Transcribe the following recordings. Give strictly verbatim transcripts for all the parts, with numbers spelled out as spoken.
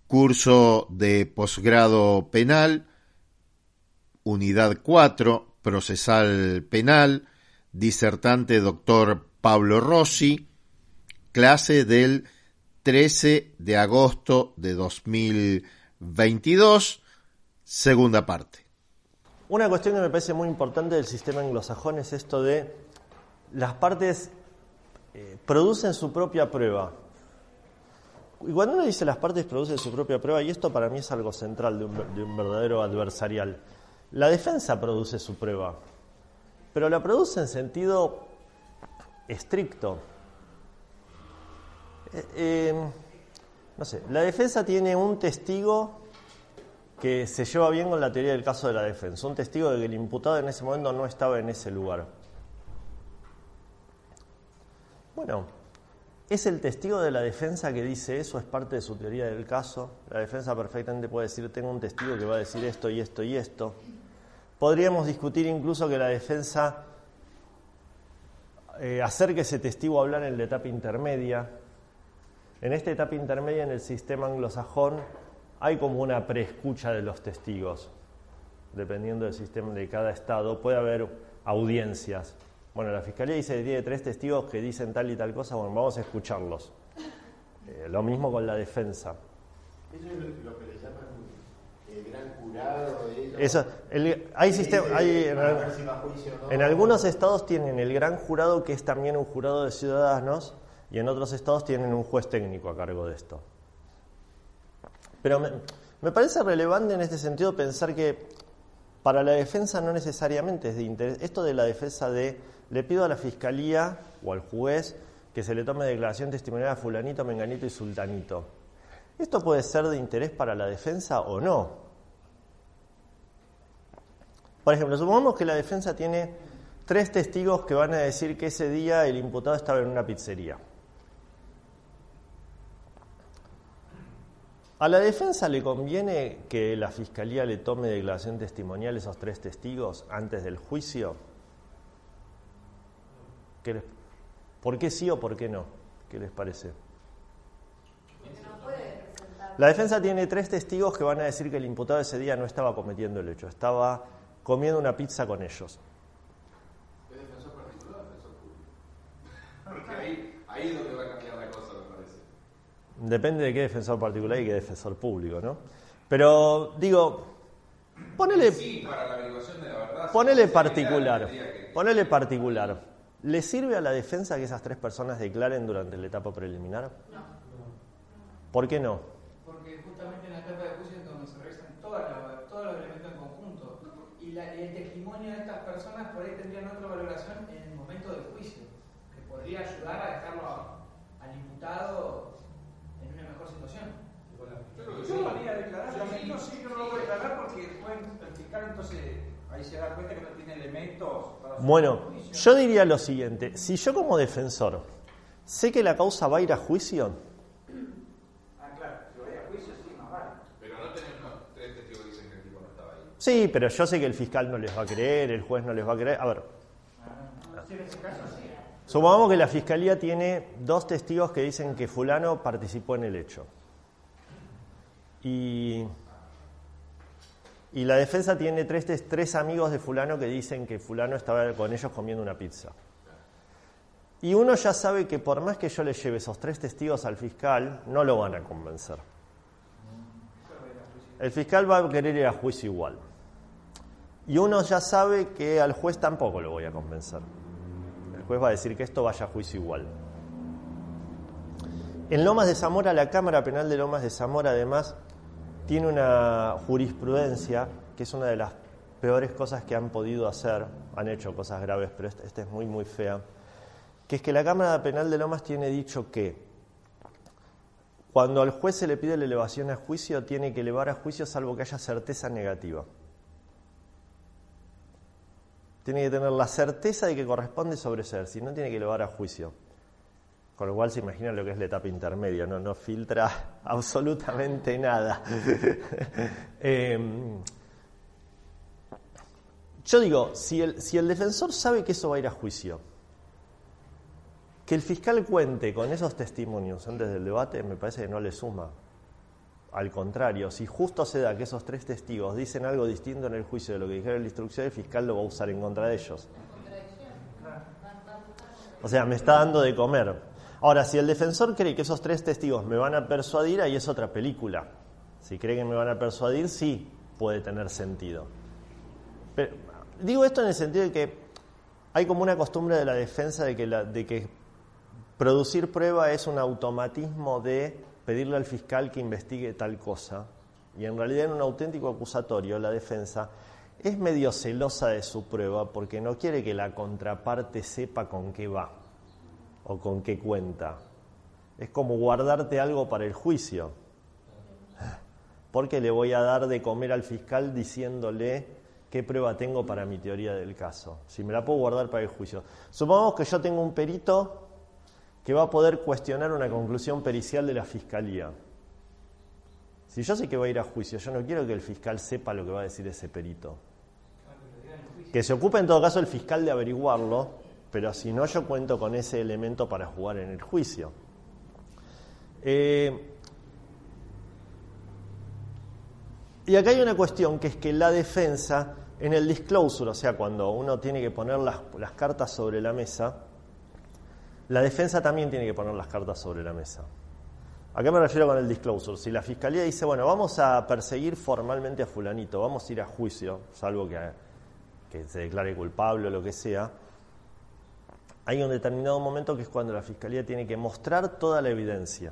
curso de posgrado penal, unidad cuatro, procesal penal, disertante doctor Pablo Rossi, clase del trece de agosto de dos mil veintidós, segunda parte. Una cuestión que me parece muy importante del sistema anglosajón es esto de las partes eh, producen su propia prueba. Y cuando uno dice las partes producen su propia prueba, y esto para mí es algo central de un, de un verdadero adversarial, la defensa produce su prueba, pero la produce en sentido estricto. Eh, eh, no sé, la defensa tiene un testigo que se lleva bien con la teoría del caso de la defensa, un testigo de que el imputado en ese momento no estaba en ese lugar. Bueno, ¿es el testigo de la defensa que dice eso? ¿Es parte de su teoría del caso? La defensa perfectamente puede decir, tengo un testigo que va a decir esto y esto y esto. Podríamos discutir incluso que la defensa eh, acerque ese testigo a hablar en la etapa intermedia. En esta etapa intermedia en el sistema anglosajón hay como una preescucha de los testigos. Dependiendo del sistema de cada estado, puede haber audiencias. Bueno, la Fiscalía dice que tiene tres testigos que dicen tal y tal cosa, bueno, vamos a escucharlos. Eh, lo mismo con la defensa. Eso es lo que le llaman el gran jurado. Eso, el, hay sistema, hay, en, en algunos estados tienen el gran jurado, que es también un jurado de ciudadanos, y en otros estados tienen un juez técnico a cargo de esto. Pero me, me parece relevante en este sentido pensar que para la defensa no necesariamente es de interés. Esto de la defensa de le pido a la Fiscalía o al juez que se le tome declaración testimonial a fulanito, menganito y sultanito. ¿Esto puede ser de interés para la defensa o no? Por ejemplo, supongamos que la defensa tiene tres testigos que van a decir que ese día el imputado estaba en una pizzería. ¿A la defensa le conviene que la Fiscalía le tome declaración testimonial a esos tres testigos antes del juicio? ¿Qué les, ¿Por qué sí o por qué no? ¿Qué les parece? La defensa tiene tres testigos que van a decir que el imputado ese día no estaba cometiendo el hecho, estaba comiendo una pizza con ellos. ¿Es defensor particular o defensor público? Porque ahí, ahí es donde va a cambiar la cosa, me parece. Depende de qué defensor particular y qué defensor público, ¿no? Pero, digo, ponele... Sí, para la averiguación de la verdad. Ponele si particular, que... ponele particular. ¿Le sirve a la defensa que esas tres personas declaren durante la etapa preliminar? No. ¿Por qué no? Porque justamente en la etapa de juicio es donde se revisan toda la, todos los elementos en conjunto. Y la, el testimonio de estas personas por ahí tendrían otra valoración en el momento del juicio, que podría ayudar a dejarlo al imputado en una mejor situación. Yo creo que yo lo haría declarar. Yo, sí, no, sí, yo no lo voy a declarar porque pueden el fiscal entonces ahí se da cuenta que no tiene elementos para... Bueno, yo diría lo siguiente. Si yo como defensor sé que la causa va a ir a juicio... Ah, claro, si va a ir a juicio sí, más vale. Pero no tenemos tres testigos que dicen que el tipo no estaba ahí. Sí, pero yo sé que el fiscal no les va a creer, el juez no les va a creer. A ver, Ah, sí, en ese caso sí. supongamos que la Fiscalía tiene dos testigos que dicen que fulano participó en el hecho. Y... Y la defensa tiene tres, tres amigos de fulano que dicen que fulano estaba con ellos comiendo una pizza. Y uno ya sabe que por más que yo le lleve esos tres testigos al fiscal, no lo van a convencer. El fiscal va a querer ir a juicio igual. Y uno ya sabe que al juez tampoco lo voy a convencer. El juez va a decir que esto vaya a juicio igual. En Lomas de Zamora, la Cámara Penal de Lomas de Zamora, además, tiene una jurisprudencia que es una de las peores cosas que han podido hacer. Han hecho cosas graves, pero esta, esta es muy, muy fea. Que es que la Cámara Penal de Lomas tiene dicho que cuando al juez se le pide la elevación a juicio, tiene que elevar a juicio salvo que haya certeza negativa. Tiene que tener la certeza de que corresponde sobreseer, si no tiene que elevar a juicio. Con lo cual se imagina lo que es la etapa intermedia, no, no filtra absolutamente nada. eh, yo digo, si el, si el defensor sabe que eso va a ir a juicio, que el fiscal cuente con esos testimonios antes del debate, me parece que no le suma. Al contrario, si justo se da que esos tres testigos dicen algo distinto en el juicio de lo que dijeron en la instrucción, el fiscal lo va a usar en contra de ellos. O sea, me está dando de comer. Ahora, si el defensor cree que esos tres testigos me van a persuadir, ahí es otra película. Si cree que me van a persuadir, sí puede tener sentido. Pero, digo esto en el sentido de que hay como una costumbre de la defensa de que, la, de que producir prueba es un automatismo de pedirle al fiscal que investigue tal cosa. Y en realidad en un auténtico acusatorio la defensa es medio celosa de su prueba porque no quiere que la contraparte sepa con qué va o con qué cuenta. Es como guardarte algo para el juicio. Porque le voy a dar de comer al fiscal diciéndole qué prueba tengo para mi teoría del caso. Si me la puedo guardar para el juicio. Supongamos que yo tengo un perito que va a poder cuestionar una conclusión pericial de la fiscalía. Si yo sé que va a ir a juicio, yo no quiero que el fiscal sepa lo que va a decir ese perito. Que se ocupe en todo caso el fiscal de averiguarlo, pero si no, yo cuento con ese elemento para jugar en el juicio. Eh, y acá hay una cuestión, que es que la defensa, en el disclosure, o sea, cuando uno tiene que poner las, las cartas sobre la mesa, la defensa también tiene que poner las cartas sobre la mesa. ¿A qué me refiero con el disclosure? Si la fiscalía dice, bueno, vamos a perseguir formalmente a fulanito, vamos a ir a juicio, salvo que, que se declare culpable o lo que sea, hay un determinado momento que es cuando la fiscalía tiene que mostrar toda la evidencia.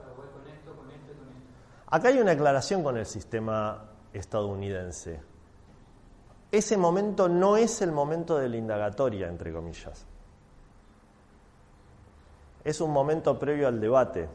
Acá hay una aclaración con el sistema estadounidense. Ese momento no es el momento de la indagatoria, entre comillas. Es un momento previo al debate.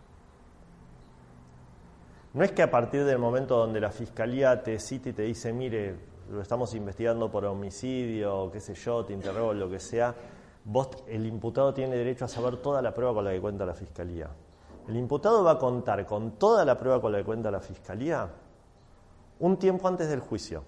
No es que a partir del momento donde la fiscalía te cita y te dice, mire, lo estamos investigando por homicidio, qué sé yo, te interrogo, lo que sea, vos, el imputado tiene derecho a saber toda la prueba con la que cuenta la fiscalía. El imputado va a contar con toda la prueba con la que cuenta la fiscalía un tiempo antes del juicio.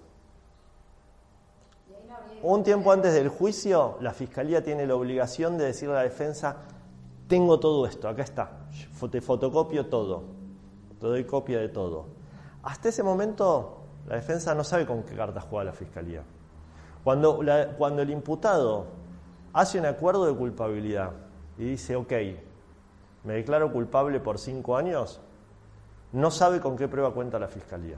Un tiempo antes del juicio, la fiscalía tiene la obligación de decirle a la defensa, tengo todo esto, acá está, te fotocopio todo, te doy copia de todo. Hasta ese momento, la defensa no sabe con qué cartas juega la fiscalía. Cuando, la, cuando el imputado hace un acuerdo de culpabilidad y dice, ok, me declaro culpable por cinco años, no sabe con qué prueba cuenta la fiscalía.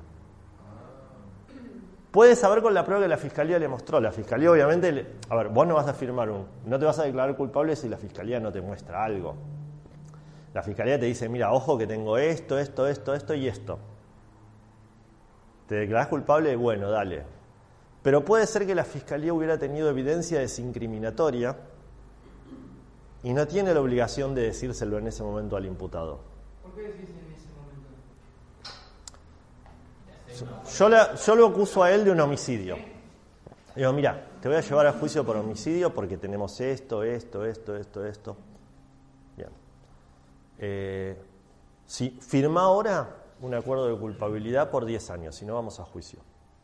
Puede saber con la prueba que la fiscalía le mostró. La fiscalía obviamente, le, a ver, vos no vas a firmar un, no te vas a declarar culpable si la fiscalía no te muestra algo. La fiscalía te dice, mira, ojo que tengo esto, esto, esto, esto y esto. ¿Te declarás culpable? Bueno, dale. Pero puede ser que la fiscalía hubiera tenido evidencia desincriminatoria y no tiene la obligación de decírselo en ese momento al imputado. ¿Por qué decís en ese momento? Yo, la, yo lo acuso a él de un homicidio. Digo, mira, te voy a llevar a juicio por homicidio porque tenemos esto, esto, esto, esto, esto. Bien. Eh, si firma ahora un acuerdo de culpabilidad por diez años, si no vamos a juicio.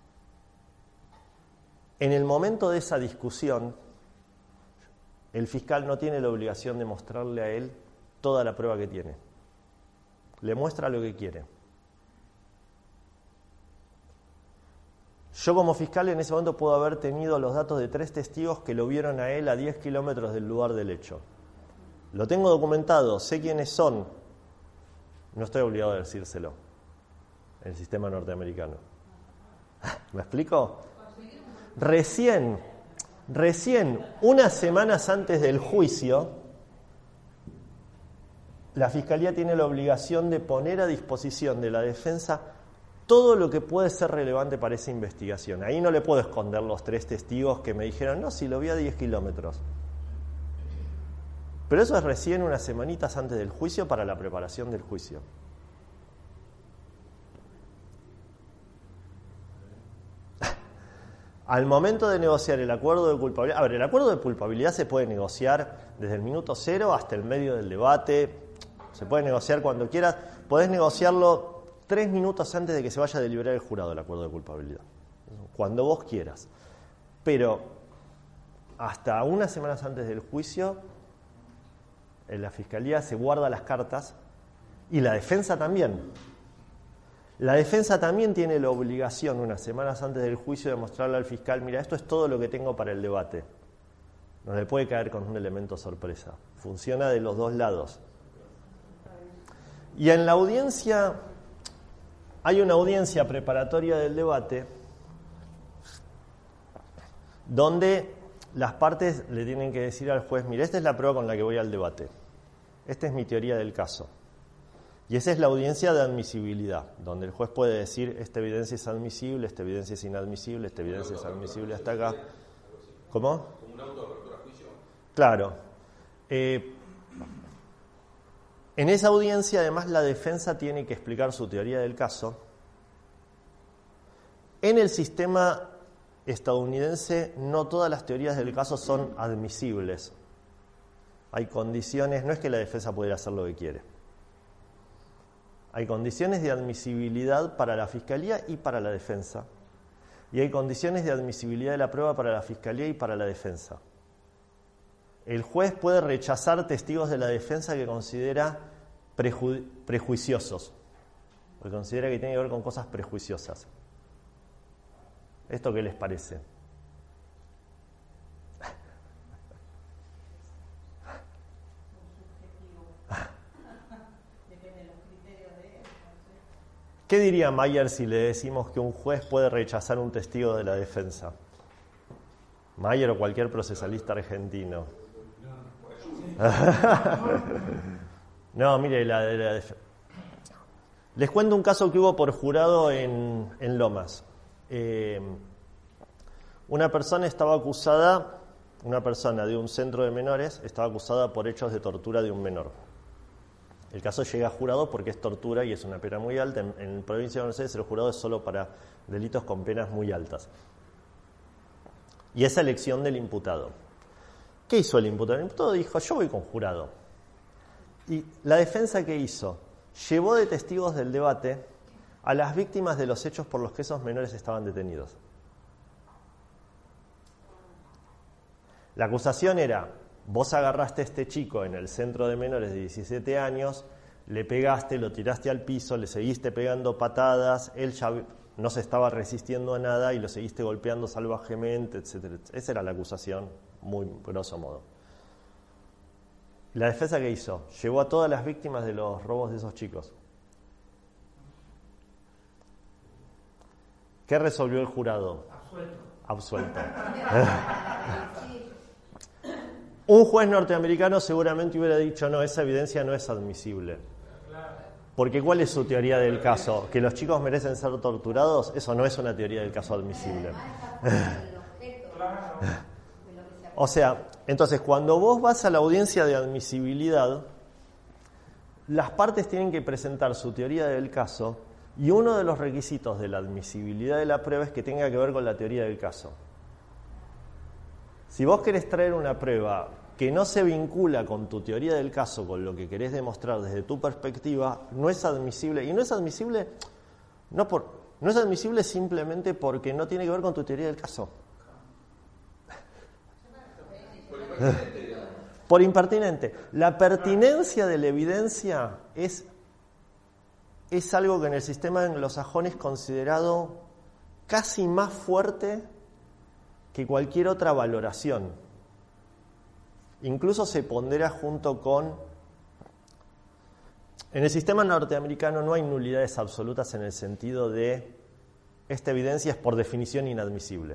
En el momento de esa discusión, el fiscal no tiene la obligación de mostrarle a él toda la prueba que tiene. Le muestra lo que quiere. Yo como fiscal en ese momento puedo haber tenido los datos de tres testigos que lo vieron a él a diez kilómetros del lugar del hecho. Lo tengo documentado, sé quiénes son. No estoy obligado a decírselo en el sistema norteamericano. ¿Me explico? Recién, recién, unas semanas antes del juicio, la Fiscalía tiene la obligación de poner a disposición de la defensa todo lo que puede ser relevante para esa investigación. Ahí no le puedo esconder los tres testigos que me dijeron, no, si lo vi a diez kilómetros. Pero eso es recién unas semanitas antes del juicio para la preparación del juicio. Al momento de negociar el acuerdo de culpabilidad, a ver, el acuerdo de culpabilidad se puede negociar desde el minuto cero hasta el medio del debate, se puede negociar cuando quieras, podés negociarlo tres minutos antes de que se vaya a deliberar el jurado el acuerdo de culpabilidad, cuando vos quieras. Pero hasta unas semanas antes del juicio, en la Fiscalía se guarda las cartas y la defensa también. La defensa también tiene la obligación, unas semanas antes del juicio, de mostrarle al fiscal, mira, esto es todo lo que tengo para el debate. No le puede caer con un elemento sorpresa. Funciona de los dos lados. Y en la audiencia, hay una audiencia preparatoria del debate donde las partes le tienen que decir al juez, mira, esta es la prueba con la que voy al debate. Esta es mi teoría del caso. Y esa es la audiencia de admisibilidad, donde el juez puede decir, esta evidencia es admisible, esta evidencia es inadmisible, esta evidencia es admisible hasta acá. ¿Cómo? Como un auto de apertura a juicio. Claro. Eh, en esa audiencia, además, la defensa tiene que explicar su teoría del caso. En el sistema estadounidense, no todas las teorías del caso son admisibles. Hay condiciones, no es que la defensa pueda hacer lo que quiere. Hay condiciones de admisibilidad para la fiscalía y para la defensa. Y hay condiciones de admisibilidad de la prueba para la fiscalía y para la defensa. El juez puede rechazar testigos de la defensa que considera preju- prejuiciosos, o que considera que tiene que ver con cosas prejuiciosas. ¿Esto qué les parece? ¿Qué diría Mayer si le decimos que un juez puede rechazar un testigo de la defensa? Mayer o cualquier procesalista argentino. No, mire, la de la defensa. Les cuento un caso que hubo por jurado en, en Lomas. Eh, una persona estaba acusada, una persona de un centro de menores, estaba acusada por hechos de tortura de un menor. El caso llega a jurado porque es tortura y es una pena muy alta. En, en la provincia de Buenos Aires el jurado es solo para delitos con penas muy altas. Y esa elección del imputado. ¿Qué hizo el imputado? El imputado dijo, yo voy con jurado. Y la defensa que hizo, llevó de testigos del debate a las víctimas de los hechos por los que esos menores estaban detenidos. La acusación era, vos agarraste a este chico en el centro de menores de diecisiete años, le pegaste, lo tiraste al piso, le seguiste pegando patadas, él ya no se estaba resistiendo a nada y lo seguiste golpeando salvajemente, etcétera. Esa era la acusación, muy grosso modo. La defensa que hizo, llevó a todas las víctimas de los robos de esos chicos. ¿Qué resolvió el jurado? Absuelto. Absuelto. Un juez norteamericano seguramente hubiera dicho, no, esa evidencia no es admisible. Porque ¿cuál es su teoría del caso? ¿Que los chicos merecen ser torturados? Eso no es una teoría del caso admisible. O sea, entonces cuando vos vas a la audiencia de admisibilidad, las partes tienen que presentar su teoría del caso y uno de los requisitos de la admisibilidad de la prueba es que tenga que ver con la teoría del caso. Si vos querés traer una prueba que no se vincula con tu teoría del caso, con lo que querés demostrar desde tu perspectiva, no es admisible. Y no es admisible, no, por, no es admisible simplemente porque no tiene que ver con tu teoría del caso. Por impertinente. La pertinencia de la evidencia es, es algo que en el sistema anglosajón es considerado casi más fuerte que cualquier otra valoración. Incluso se pondera junto con... En el sistema norteamericano no hay nulidades absolutas en el sentido de esta evidencia es por definición inadmisible.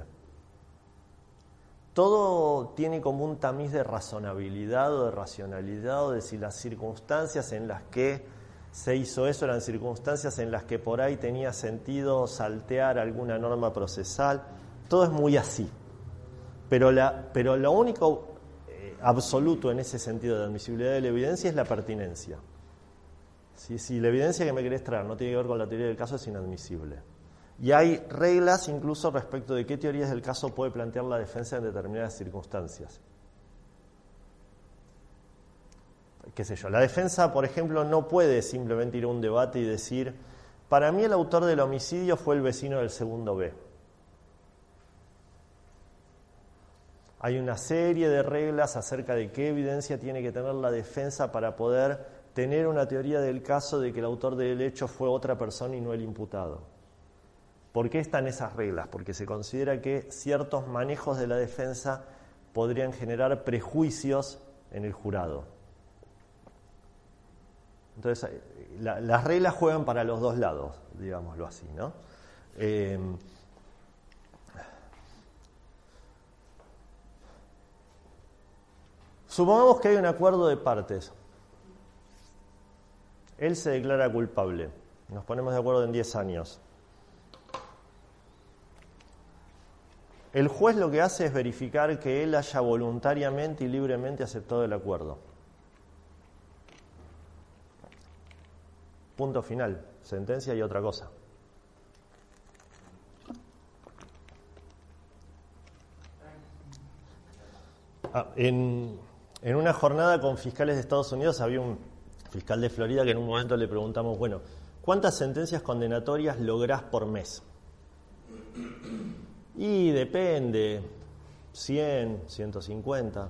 Todo tiene como un tamiz de razonabilidad o de racionalidad o de si las circunstancias en las que se hizo eso eran circunstancias en las que por ahí tenía sentido saltear alguna norma procesal. Todo es muy así. Pero, la, pero lo único eh, absoluto en ese sentido de admisibilidad de la evidencia es la pertinencia. Si, si la evidencia que me querés traer no tiene que ver con la teoría del caso, es inadmisible. Y hay reglas incluso respecto de qué teorías del caso puede plantear la defensa en determinadas circunstancias. Qué sé yo, la defensa, por ejemplo, no puede simplemente ir a un debate y decir, para mí el autor del homicidio fue el vecino del segundo B. Hay una serie de reglas acerca de qué evidencia tiene que tener la defensa para poder tener una teoría del caso de que el autor del hecho fue otra persona y no el imputado. ¿Por qué están esas reglas? Porque se considera que ciertos manejos de la defensa podrían generar prejuicios en el jurado. Entonces, la, las reglas juegan para los dos lados, digámoslo así, ¿no? Eh, supongamos que hay un acuerdo de partes. Él se declara culpable. Nos ponemos de acuerdo en diez años. El juez lo que hace es verificar que él haya voluntariamente y libremente aceptado el acuerdo. Punto final. Sentencia y otra cosa. Ah, en, en una jornada con fiscales de Estados Unidos había un fiscal de Florida que en un momento le preguntamos, bueno, ¿cuántas sentencias condenatorias lográs por mes? Y depende, cien, ciento cincuenta.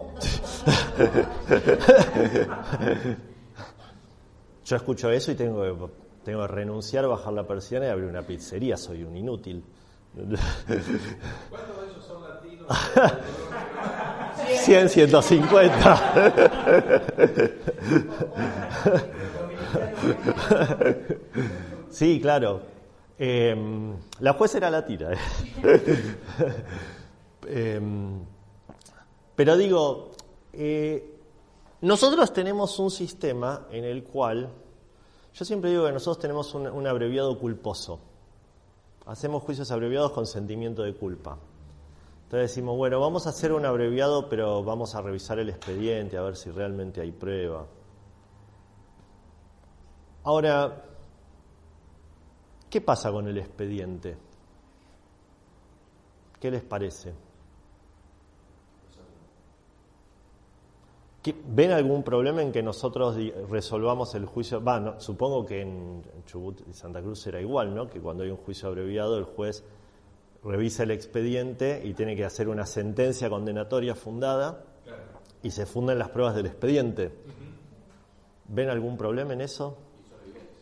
Yo escucho eso y tengo que, tengo que renunciar, bajar la persiana y abrir una pizzería, soy un inútil. ¿Cuántos de esos son latinos? cien, ciento cincuenta. Sí, claro. Eh, la jueza era latina. eh, pero digo, eh, nosotros tenemos un sistema en el cual, yo siempre digo que nosotros tenemos un, un abreviado culposo. Hacemos juicios abreviados con sentimiento de culpa. Entonces decimos, bueno, vamos a hacer un abreviado, pero vamos a revisar el expediente, a ver si realmente hay prueba. Ahora, ¿qué pasa con el expediente? ¿Qué les parece? ¿Ven algún problema en que nosotros resolvamos el juicio? Va, no, supongo que en Chubut y Santa Cruz era igual, ¿no? Que cuando hay un juicio abreviado, el juez revisa el expediente y tiene que hacer una sentencia condenatoria fundada, claro, y se funden las pruebas del expediente. Uh-huh. ¿Ven algún problema en eso? Y son evidencias.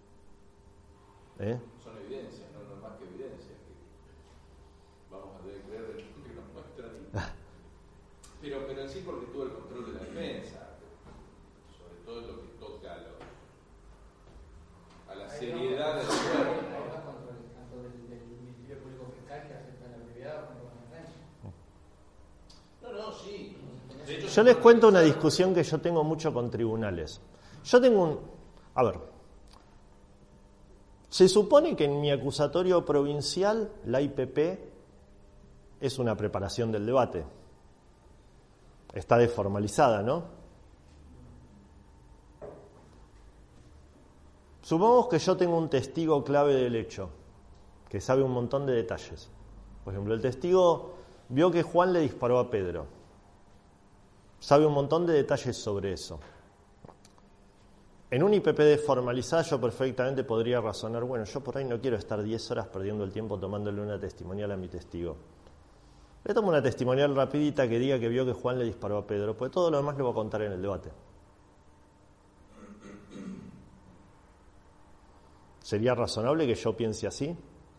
¿Eh? Son evidencias, no, no más que evidencias. Que vamos a tener que creer que nos muestran. Pero, pero en sí porque tuvo el control de la defensa, sobre todo en lo que toca a, lo, a la seriedad de la prueba. No, no, sí. De hecho, yo les cuento una discusión que yo tengo mucho con tribunales. Yo tengo un... A ver. Se supone que en mi acusatorio provincial la I P P es una preparación del debate. Está desformalizada, ¿no? Supongamos que yo tengo un testigo clave del hecho, que sabe un montón de detalles. Por ejemplo, el testigo vio que Juan le disparó a Pedro. Sabe un montón de detalles sobre eso. En un I P P desformalizada yo perfectamente podría razonar, bueno, yo por ahí no quiero estar diez horas perdiendo el tiempo tomándole una testimonial a mi testigo. Le tomo una testimonial rapidita que diga que vio que Juan le disparó a Pedro, pues todo lo demás lo voy a contar en el debate. ¿Sería razonable que yo piense así?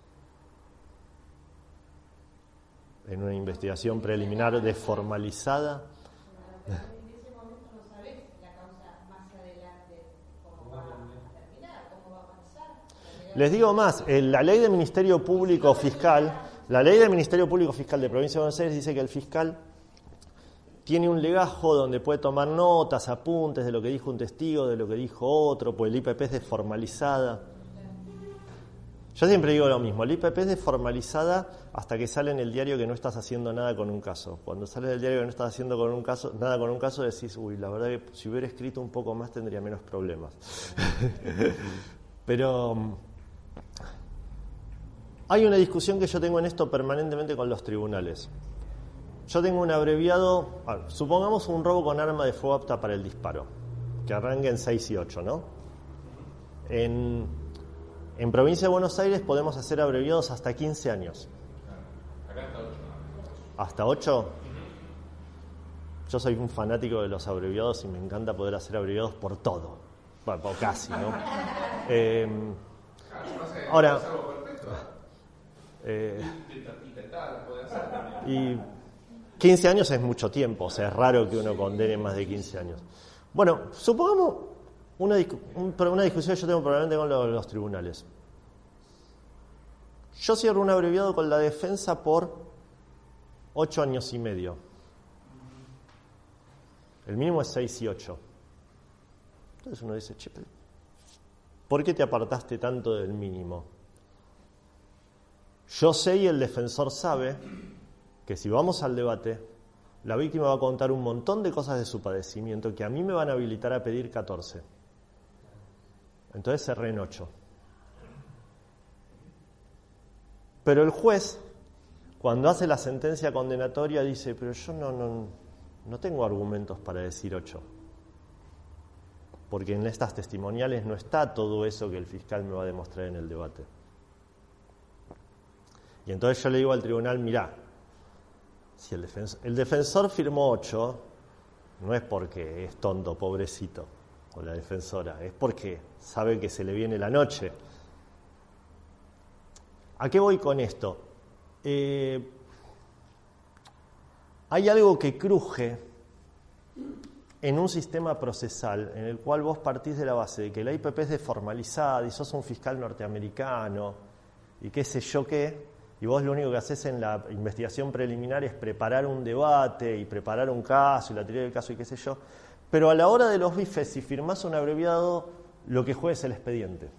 En una investigación preliminar desformalizada. En ese momento no sabes la causa más adelante, cómo va a terminar, cómo va a avanzar. Les digo más, la ley del Ministerio Público Fiscal... La ley del Ministerio Público Fiscal de Provincia de Buenos Aires dice que el fiscal tiene un legajo donde puede tomar notas, apuntes de lo que dijo un testigo, de lo que dijo otro, pues el I P P es desformalizada. Yo siempre digo lo mismo, el I P P es desformalizada hasta que sale en el diario que no estás haciendo nada con un caso. Cuando sale del diario que no estás haciendo con un caso, nada con un caso, decís, uy, la verdad que si hubiera escrito un poco más tendría menos problemas. Pero... hay una discusión que yo tengo en esto permanentemente con los tribunales. Yo tengo un abreviado, ver, supongamos un robo con arma de fuego apta para el disparo, que arranque en seis y ocho, ¿no? En, en Provincia de Buenos Aires podemos hacer abreviados hasta quince años. Acá hasta ocho. ¿Hasta ocho? yo soy un fanático de los abreviados y me encanta poder hacer abreviados por todo. Bueno, por casi, ¿no? Eh, ahora, eh, y quince años es mucho tiempo, o sea, es raro que uno condene más de quince años. Bueno, supongamos una, un, una discusión que yo tengo probablemente con los, los tribunales. Yo cierro un abreviado con la defensa por ocho años y medio. El mínimo es seis y ocho. Entonces uno dice, che, ¿por qué te apartaste tanto del mínimo? Yo sé y el defensor sabe que si vamos al debate, la víctima va a contar un montón de cosas de su padecimiento que a mí me van a habilitar a pedir catorce. Entonces cerré en ocho. Pero el juez, cuando hace la sentencia condenatoria, dice, pero yo no, no, no tengo argumentos para decir ocho. Porque en estas testimoniales no está todo eso que el fiscal me va a demostrar en el debate. Y entonces yo le digo al tribunal, mirá, si el defensor, el defensor firmó ocho, no es porque es tonto, pobrecito, o la defensora, es porque sabe que se le viene la noche. ¿A qué voy con esto? Eh, hay algo que cruje en un sistema procesal en el cual vos partís de la base de que la I P P es desformalizada y sos un fiscal norteamericano y qué sé yo qué, y vos lo único que haces en la investigación preliminar es preparar un debate y preparar un caso y la teoría del caso y qué sé yo, pero a la hora de los bifes, si firmás un abreviado, lo que juega es el expediente.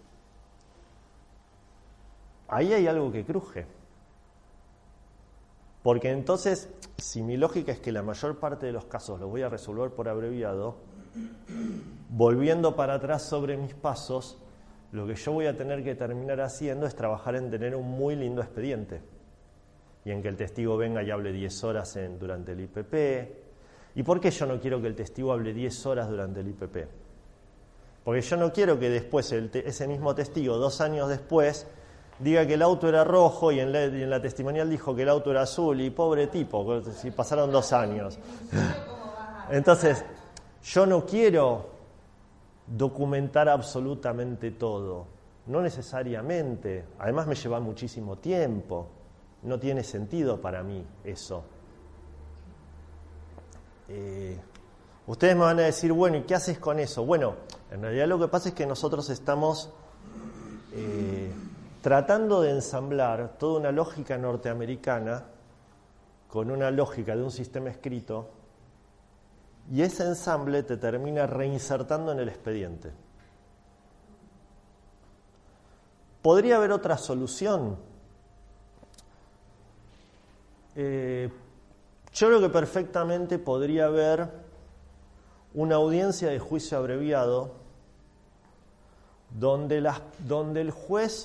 Ahí hay algo que cruje. Porque entonces, si mi lógica es que la mayor parte de los casos los voy a resolver por abreviado, volviendo para atrás sobre mis pasos, lo que yo voy a tener que terminar haciendo es trabajar en tener un muy lindo expediente. Y en que el testigo venga y hable diez horas en, durante el I P P. ¿Y por qué yo no quiero que el testigo hable diez horas durante el I P P? Porque yo no quiero que después el te- ese mismo testigo, dos años después, diga que el auto era rojo y en, la, y en la testimonial dijo que el auto era azul y pobre tipo, si pasaron dos años. Entonces, yo no quiero documentar absolutamente todo, no necesariamente, además me lleva muchísimo tiempo, no tiene sentido para mí eso. Eh, ustedes me van a decir, bueno, ¿y qué haces con eso? Bueno, en realidad lo que pasa es que nosotros estamos eh, tratando de ensamblar toda una lógica norteamericana con una lógica de un sistema escrito, y ese ensamble te termina reinsertando en el expediente. ¿Podría haber otra solución? Eh, yo creo que perfectamente podría haber una audiencia de juicio abreviado donde, las, donde el juez...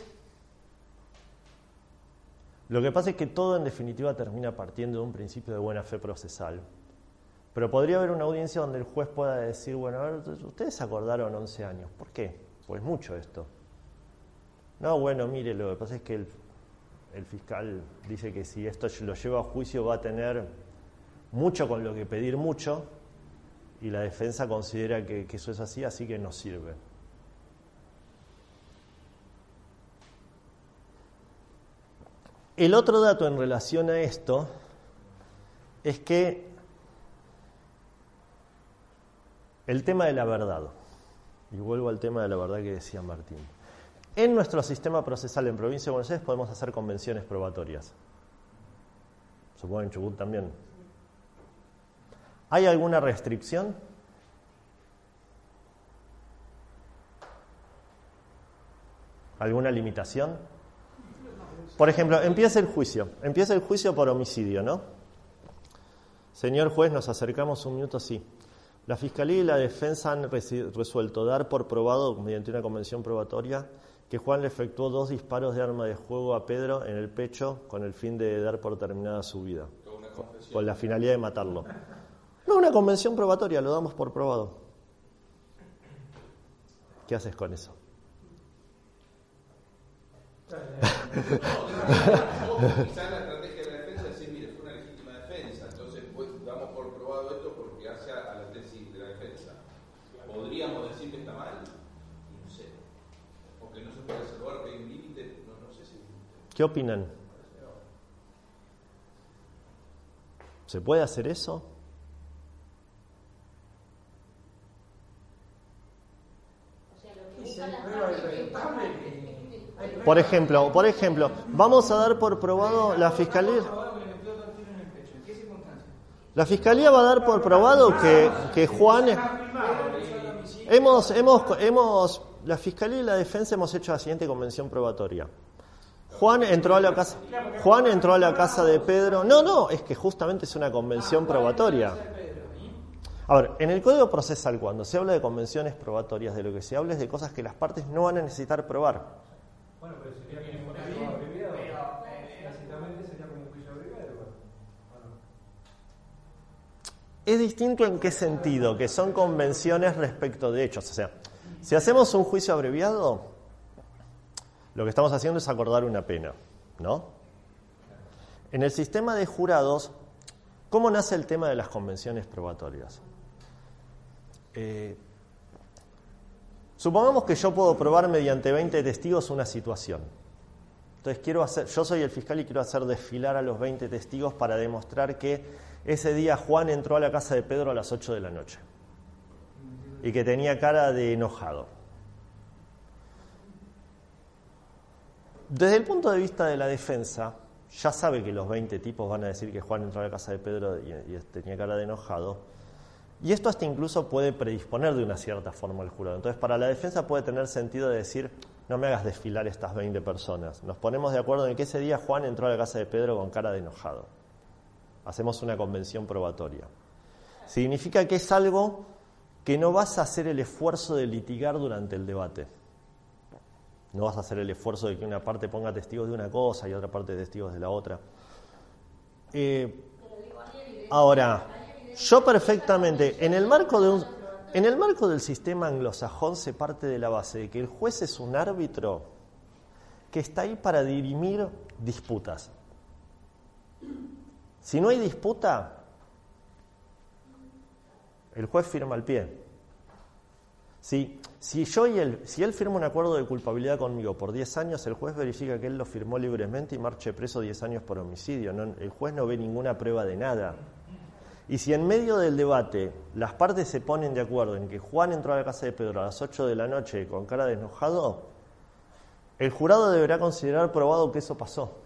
Lo que pasa es que todo en definitiva termina partiendo de un principio de buena fe procesal. Pero podría haber una audiencia donde el juez pueda decir, bueno, a ver, ustedes acordaron once años. ¿Por qué? Pues mucho esto. No, bueno, mire, lo que pasa es que el, el fiscal dice que si esto lo lleva a juicio va a tener mucho con lo que pedir mucho, y la defensa considera que, que eso es así, así que no sirve. El otro dato en relación a esto es que el tema de la verdad, y vuelvo al tema de la verdad que decía Martín, en nuestro sistema procesal en Provincia de Buenos Aires podemos hacer convenciones probatorias. Supongo en Chubut también. ¿Hay alguna restricción? ¿Alguna limitación? Por ejemplo, empieza el juicio. Empieza el juicio por homicidio, ¿no? Señor juez, nos acercamos un minuto, sí. La Fiscalía y la Defensa han resuelto dar por probado, mediante una convención probatoria, que Juan le efectuó dos disparos de arma de fuego a Pedro en el pecho con el fin de dar por terminada su vida, con, con la finalidad de matarlo. No, una convención probatoria, lo damos por probado. ¿Qué haces con eso? Quizás la estrategia de la defensa es decir, mire, fue una legítima defensa, entonces pues damos por probado esto porque ¿Qué opinan? ¿Se puede hacer eso? Por ejemplo, por ejemplo, vamos a dar por probado la fiscalía. La fiscalía va a dar por probado que, que Juan hemos, hemos, hemos, la fiscalía y la defensa hemos hecho la siguiente convención probatoria. Juan entró a la casa, Juan entró a la casa de Pedro. No, no, es que justamente es una convención probatoria. A ver, en el Código Procesal, cuando se habla de convenciones probatorias, de lo que se habla es de cosas que las partes no van a necesitar probar. Bueno, pero sería como un juicio abreviado. Básicamente sería como un juicio abreviado. Es distinto en qué sentido, que son convenciones respecto de hechos. O sea, si hacemos un juicio abreviado, lo que estamos haciendo es acordar una pena, ¿no? En el sistema de jurados, ¿cómo nace el tema de las convenciones probatorias? Eh, supongamos que yo puedo probar mediante veinte testigos una situación. Entonces quiero hacer, yo soy el fiscal y quiero hacer desfilar a los veinte testigos para demostrar que ese día Juan entró a la casa de Pedro a las ocho de la noche y que tenía cara de enojado. Desde el punto de vista de la defensa, ya sabe que los veinte tipos van a decir que Juan entró a la casa de Pedro y, y tenía cara de enojado. Y esto hasta incluso puede predisponer de una cierta forma al jurado. Entonces, para la defensa puede tener sentido de decir, no me hagas desfilar estas veinte personas. Nos ponemos de acuerdo en que ese día Juan entró a la casa de Pedro con cara de enojado. Hacemos una convención probatoria. Significa que es algo que no vas a hacer el esfuerzo de litigar durante el debate. No vas a hacer el esfuerzo de que una parte ponga testigos de una cosa y otra parte testigos de la otra. Eh, ahora, yo perfectamente, en el marco de un, en el marco del sistema anglosajón se parte de la base de que el juez es un árbitro que está ahí para dirimir disputas. Si no hay disputa, el juez firma al pie. Si, si, yo y él, si él firma un acuerdo de culpabilidad conmigo por diez años, el juez verifica que él lo firmó libremente y marche preso diez años por homicidio. No, el juez no ve ninguna prueba de nada. Y si en medio del debate las partes se ponen de acuerdo en que Juan entró a la casa de Pedro a las ocho de la noche con cara de enojado, el jurado deberá considerar probado que eso pasó.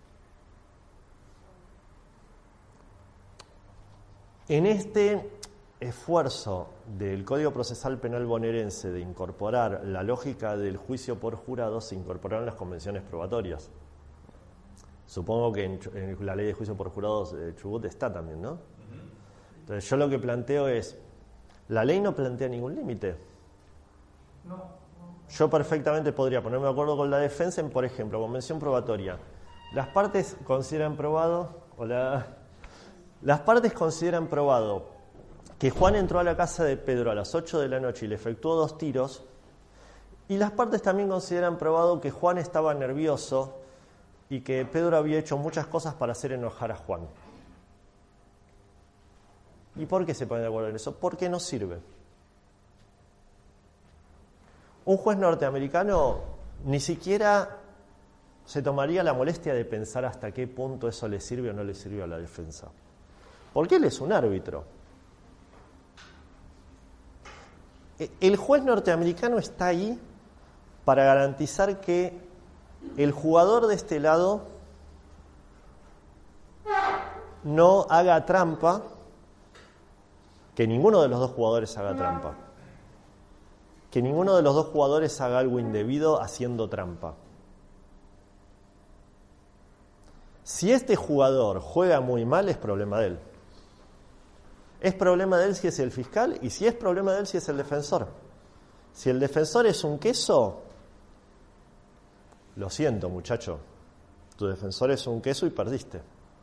En este esfuerzo del Código Procesal Penal bonaerense de incorporar la lógica del juicio por jurado, se incorporaron las convenciones probatorias. Supongo que en, en la ley de juicio por jurados de Chubut está también, ¿no? Entonces yo lo que planteo es, la ley no plantea ningún límite. No, no. Yo perfectamente podría ponerme de acuerdo con la defensa en, por ejemplo, convención probatoria. Las partes consideran probado, o la, las partes consideran probado que Juan entró a la casa de Pedro a las ocho de la noche y le efectuó dos tiros, y las partes también consideran probado que Juan estaba nervioso y que Pedro había hecho muchas cosas para hacer enojar a Juan. ¿Y por qué se ponen de acuerdo en eso? Porque no sirve. Un juez norteamericano ni siquiera se tomaría la molestia de pensar hasta qué punto eso le sirve o no le sirve a la defensa. Porque él es un árbitro. El juez norteamericano está ahí para garantizar que el jugador de este lado no haga trampa, que ninguno de los dos jugadores haga trampa, que ninguno de los dos jugadores haga algo indebido haciendo trampa. Si este jugador juega muy mal, es problema de él. Es problema de él si es el fiscal y si es problema de él si es el defensor. Si el defensor es un queso, lo siento, muchacho, tu defensor es un queso y perdiste.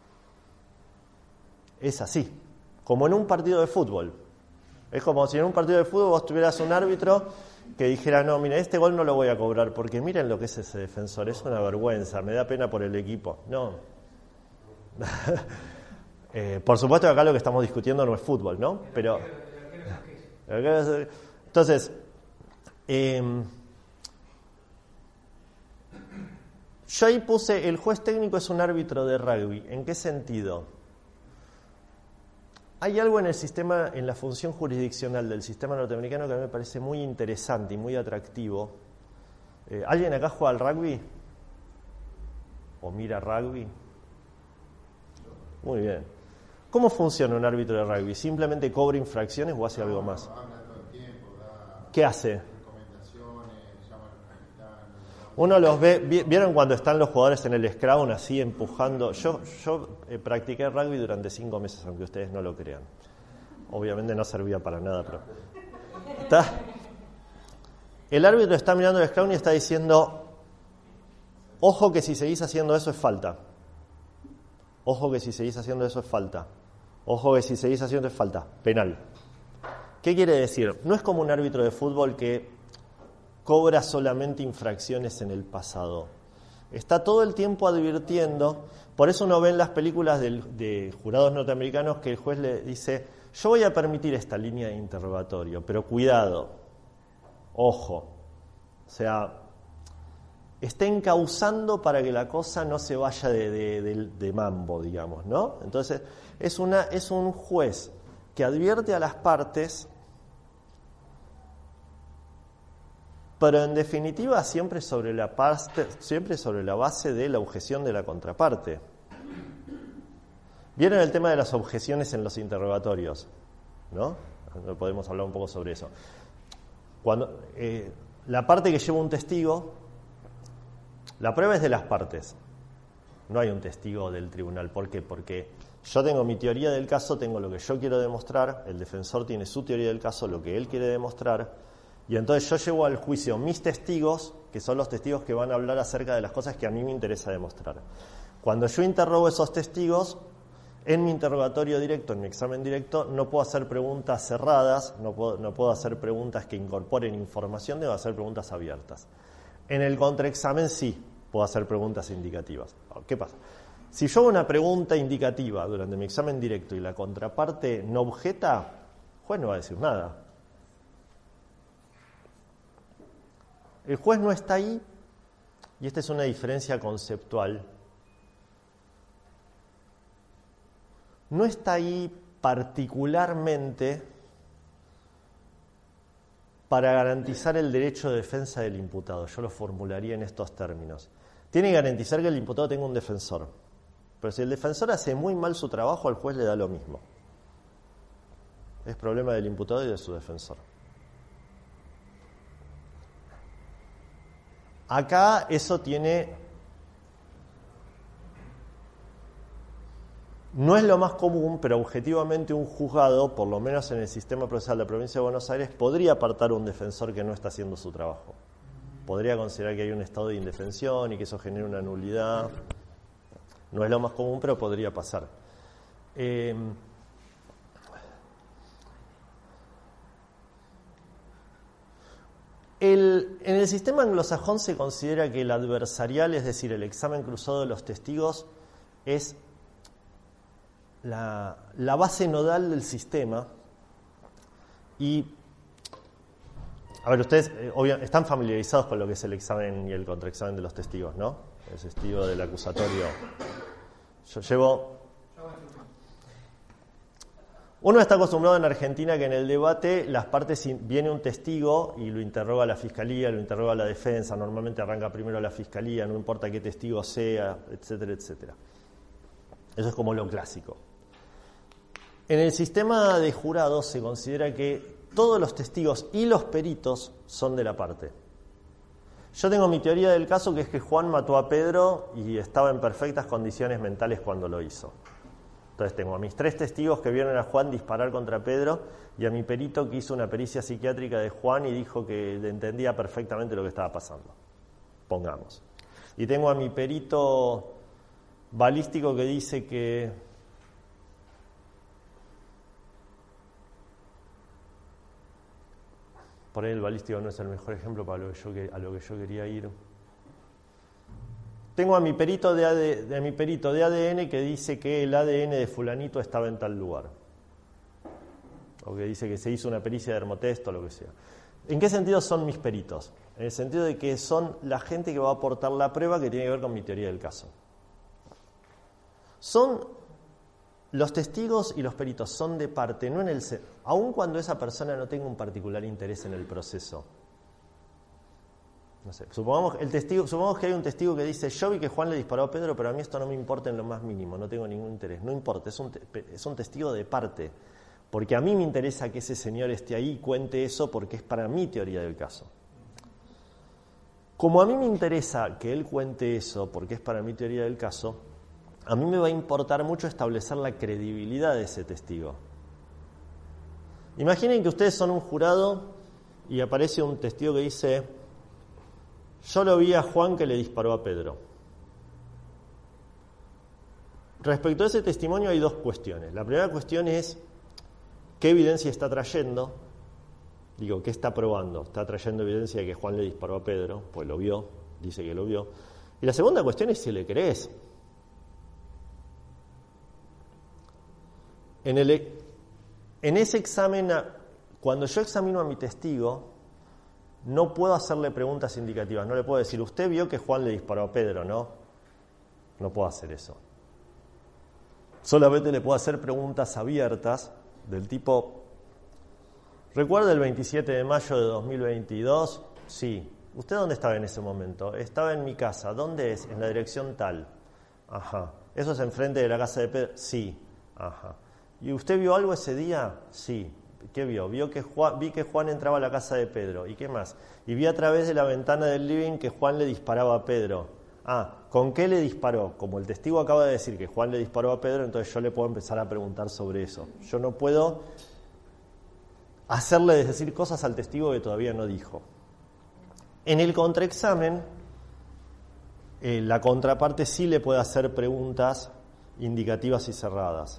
Es así, como en un partido de fútbol. Es como si en un partido de fútbol vos tuvieras un árbitro que dijera, no, mira, este gol no lo voy a cobrar porque miren lo que es ese defensor, es una vergüenza, me da pena por el equipo. No. Eh, por supuesto que acá lo que estamos discutiendo no es fútbol, ¿no? Pero entonces, eh, yo ahí puse, el juez técnico es un árbitro de rugby. ¿En qué sentido? Hay algo en el sistema, en la función jurisdiccional del sistema norteamericano que a mí me parece muy interesante y muy atractivo. Eh, ¿Alguien acá juega al rugby? ¿O mira rugby? Muy bien. ¿Cómo funciona un árbitro de rugby? ¿Simplemente cobra infracciones o hace algo más? ¿Qué hace? Uno los ve, ¿vieron cuando están los jugadores en el scrum así empujando? Yo, yo eh, practiqué rugby durante cinco meses, aunque ustedes no lo crean. Obviamente no servía para nada, pero... ¿Está? El árbitro está mirando el scrum y está diciendo, ojo que si seguís haciendo eso es falta. Ojo que si seguís haciendo eso es falta. Ojo que si seguís haciendo es falta. Penal. ¿Qué quiere decir? No es como un árbitro de fútbol que cobra solamente infracciones en el pasado. Está todo el tiempo advirtiendo. Por eso uno ve en las películas de, de jurados norteamericanos que el juez le dice, yo voy a permitir esta línea de interrogatorio, pero cuidado, ojo. O sea, está encauzando para que la cosa no se vaya de, de, de, de mambo, digamos, ¿no? Entonces, es, una, es un juez que advierte a las partes, pero en definitiva siempre sobre la parte, siempre sobre la base de la objeción de la contraparte. ¿Vieron el tema de las objeciones en los interrogatorios? ¿No? Podemos hablar un poco sobre eso. Cuando eh, la parte que lleva un testigo, la prueba es de las partes. No hay un testigo del tribunal. ¿Por qué? Porque yo tengo mi teoría del caso, tengo lo que yo quiero demostrar, el defensor tiene su teoría del caso, lo que él quiere demostrar. Y entonces yo llevo al juicio mis testigos, que son los testigos que van a hablar acerca de las cosas que a mí me interesa demostrar. Cuando yo interrogo esos testigos, en mi interrogatorio directo, en mi examen directo, no puedo hacer preguntas cerradas, no puedo, no puedo hacer preguntas que incorporen información, debo hacer preguntas abiertas. En el contraexamen sí puedo hacer preguntas indicativas. ¿Qué pasa? Si yo hago una pregunta indicativa durante mi examen directo y la contraparte no objeta, el juez no va a decir nada. El juez no está ahí, y esta es una diferencia conceptual, no está ahí particularmente para garantizar el derecho de defensa del imputado. Yo lo formularía en estos términos. Tiene que garantizar que el imputado tenga un defensor. Pero si el defensor hace muy mal su trabajo, al juez le da lo mismo. Es problema del imputado y de su defensor. Acá eso tiene... No es lo más común, pero objetivamente un juzgado, por lo menos en el sistema procesal de la provincia de Buenos Aires, podría apartar a un defensor que no está haciendo su trabajo. Podría considerar que hay un estado de indefensión y que eso genera una nulidad. No es lo más común, pero podría pasar. Eh, el, en el sistema anglosajón se considera que el adversarial, es decir, el examen cruzado de los testigos, es la, la base nodal del sistema. Y, a ver, ustedes eh, obvio, están familiarizados con lo que es el examen y el contraexamen de los testigos, ¿no? El testigo del acusatorio. Yo llevo... Uno está acostumbrado en Argentina que en el debate las partes, viene un testigo y lo interroga la fiscalía, lo interroga la defensa, normalmente arranca primero la fiscalía, no importa qué testigo sea, etcétera, etcétera. Eso es como lo clásico. En el sistema de jurados se considera que todos los testigos y los peritos son de la parte. Yo tengo mi teoría del caso, que es que Juan mató a Pedro y estaba en perfectas condiciones mentales cuando lo hizo. Entonces tengo a mis tres testigos que vieron a Juan disparar contra Pedro y a mi perito que hizo una pericia psiquiátrica de Juan y dijo que entendía perfectamente lo que estaba pasando. Pongamos. Y tengo a mi perito balístico que dice que por ahí el balístico no es el mejor ejemplo para lo que yo, a lo que yo quería ir. Tengo a mi perito de, A D, de, mi perito de A D N que dice que el A D N de fulanito estaba en tal lugar. O que dice que se hizo una pericia de hermotest o lo que sea. ¿En qué sentido son mis peritos? En el sentido de que son la gente que va a aportar la prueba que tiene que ver con mi teoría del caso. Son los testigos y los peritos son de parte, no en el aun cuando esa persona no tenga un particular interés en el proceso. No sé, supongamos, el testigo, supongamos que hay un testigo que dice, yo vi que Juan le disparó a Pedro, pero a mí esto no me importa en lo más mínimo, no tengo ningún interés. No importa, es un, es un testigo de parte, porque a mí me interesa que ese señor esté ahí y cuente eso porque es para mi teoría del caso. Como a mí me interesa que él cuente eso porque es para mi teoría del caso, a mí me va a importar mucho establecer la credibilidad de ese testigo. Imaginen que ustedes son un jurado y aparece un testigo que dice, yo lo vi a Juan que le disparó a Pedro. Respecto a ese testimonio hay dos cuestiones. La primera cuestión es, ¿qué evidencia está trayendo? Digo, ¿qué está probando? Está trayendo evidencia de que Juan le disparó a Pedro, pues lo vio, dice que lo vio. Y la segunda cuestión es si le crees. En, el, en ese examen, cuando yo examino a mi testigo, no puedo hacerle preguntas indicativas. No le puedo decir, usted vio que Juan le disparó a Pedro, ¿no? No puedo hacer eso. Solamente le puedo hacer preguntas abiertas del tipo, ¿recuerda el veintisiete de mayo de dos mil veintidós? Sí. ¿Usted dónde estaba en ese momento? Estaba en mi casa. ¿Dónde es? En la dirección tal. Ajá. ¿Eso es enfrente de la casa de Pedro? Sí. Ajá. ¿Y usted vio algo ese día? Sí. ¿Qué vio? Vio que Juan, vi que Juan entraba a la casa de Pedro. ¿Y qué más? Y vi a través de la ventana del living que Juan le disparaba a Pedro. Ah, ¿con qué le disparó? Como el testigo acaba de decir que Juan le disparó a Pedro, entonces yo le puedo empezar a preguntar sobre eso. Yo no puedo hacerle decir cosas al testigo que todavía no dijo. En el contraexamen, eh, la contraparte sí le puede hacer preguntas indicativas y cerradas.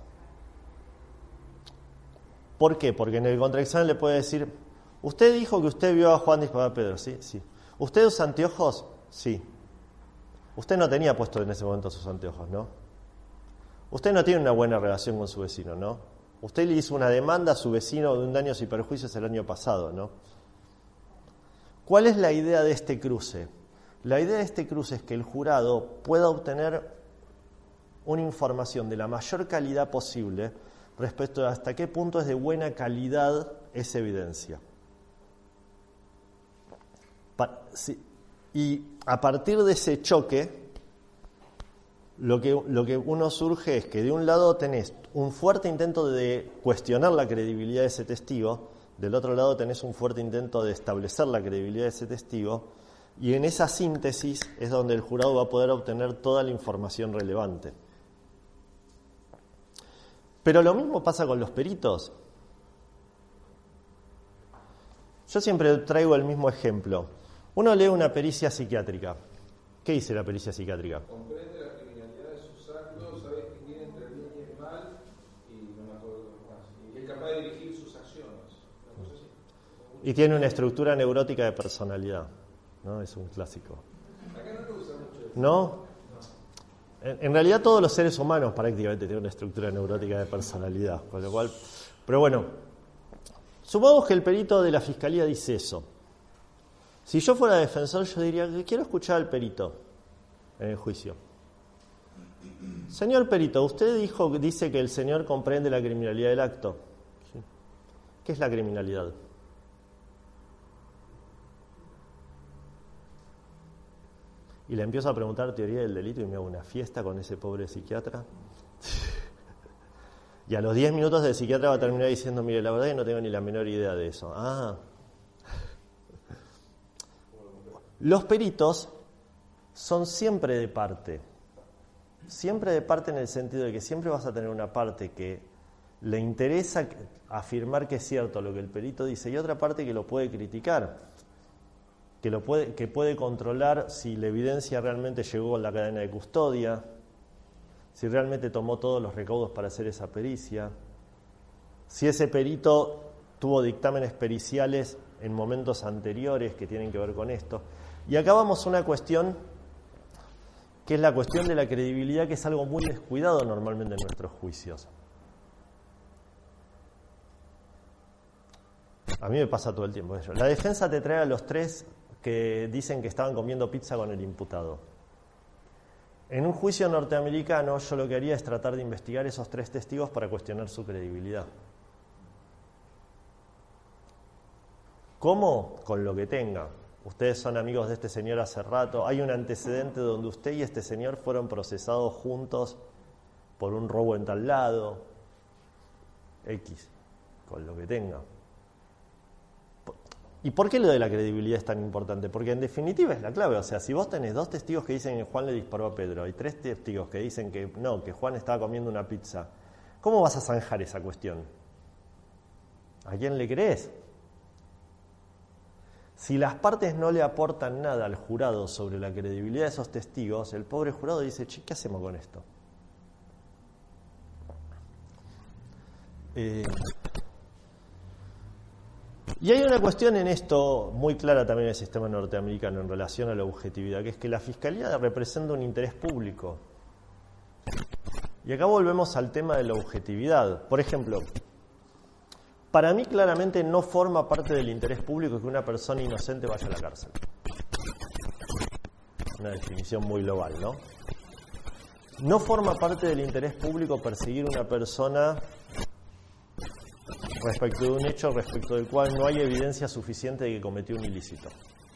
¿Por qué? Porque en el contraexamen le puede decir, ¿usted dijo que usted vio a Juan disparar a Pedro? Sí, sí. ¿Usted usa anteojos? Sí. Usted no tenía puesto en ese momento sus anteojos, ¿no? Usted no tiene una buena relación con su vecino, ¿no? Usted le hizo una demanda a su vecino de un daños y perjuicios el año pasado, ¿no? ¿Cuál es la idea de este cruce? La idea de este cruce es que el jurado pueda obtener una información de la mayor calidad posible respecto a hasta qué punto es de buena calidad esa evidencia. Pa- si, y a partir de ese choque, lo que, lo que uno surge es que de un lado tenés un fuerte intento de cuestionar la credibilidad de ese testigo, del otro lado tenés un fuerte intento de establecer la credibilidad de ese testigo, y en esa síntesis es donde el jurado va a poder obtener toda la información relevante. Pero lo mismo pasa con los peritos. Yo siempre traigo el mismo ejemplo. Uno lee una pericia psiquiátrica. ¿Qué dice la pericia psiquiátrica? Comprende la criminalidad de sus actos, sabe distinguir entre el bien y el mal, y no me acuerdo más. Y es capaz de dirigir sus acciones. Una cosa así. Y tiene una estructura neurótica de personalidad, ¿no? Es un clásico. Acá no lo usa mucho. ¿No? En, en realidad todos los seres humanos prácticamente tienen una estructura neurótica de personalidad, con lo cual... Pero bueno, supongamos que el perito de la fiscalía dice eso. Si yo fuera defensor, yo diría que quiero escuchar al perito en el juicio. Señor perito, usted dijo, dice que el señor comprende la criminalidad del acto. ¿Sí? ¿Qué es la criminalidad? Y le empiezo a preguntar teoría del delito y me hago una fiesta con ese pobre psiquiatra. Y a los diez minutos el psiquiatra va a terminar diciendo, mire, la verdad es que no tengo ni la menor idea de eso. Ah. Los peritos son siempre de parte. Siempre de parte en el sentido de que siempre vas a tener una parte que le interesa afirmar que es cierto lo que el perito dice y otra parte que lo puede criticar. Que, lo puede, que puede controlar si la evidencia realmente llegó a la cadena de custodia, si realmente tomó todos los recaudos para hacer esa pericia, si ese perito tuvo dictámenes periciales en momentos anteriores que tienen que ver con esto. Y acá vamos a una cuestión que es la cuestión de la credibilidad, que es algo muy descuidado normalmente en nuestros juicios. A mí me pasa todo el tiempo eso. La defensa te trae a los tres que dicen que estaban comiendo pizza con el imputado. En un juicio norteamericano, yo lo que haría es tratar de investigar esos tres testigos para cuestionar su credibilidad. ¿Cómo? Con lo que tenga. Ustedes son amigos de este señor hace rato. Hay un antecedente donde usted y este señor fueron procesados juntos por un robo en tal lado. X. Con lo que tenga. ¿Y por qué lo de la credibilidad es tan importante? Porque en definitiva es la clave. O sea, si vos tenés dos testigos que dicen que Juan le disparó a Pedro y tres testigos que dicen que no, que Juan estaba comiendo una pizza, ¿cómo vas a zanjar esa cuestión? ¿A quién le crees? Si las partes no le aportan nada al jurado sobre la credibilidad de esos testigos, el pobre jurado dice, che, ¿qué hacemos con esto? Eh... Y hay una cuestión en esto muy clara también en el sistema norteamericano en relación a la objetividad, que es que la fiscalía representa un interés público. Y acá volvemos al tema de la objetividad. Por ejemplo, para mí claramente no forma parte del interés público que una persona inocente vaya a la cárcel. Una definición muy global, ¿no? No forma parte del interés público perseguir a una persona respecto de un hecho respecto del cual no hay evidencia suficiente de que cometió un ilícito.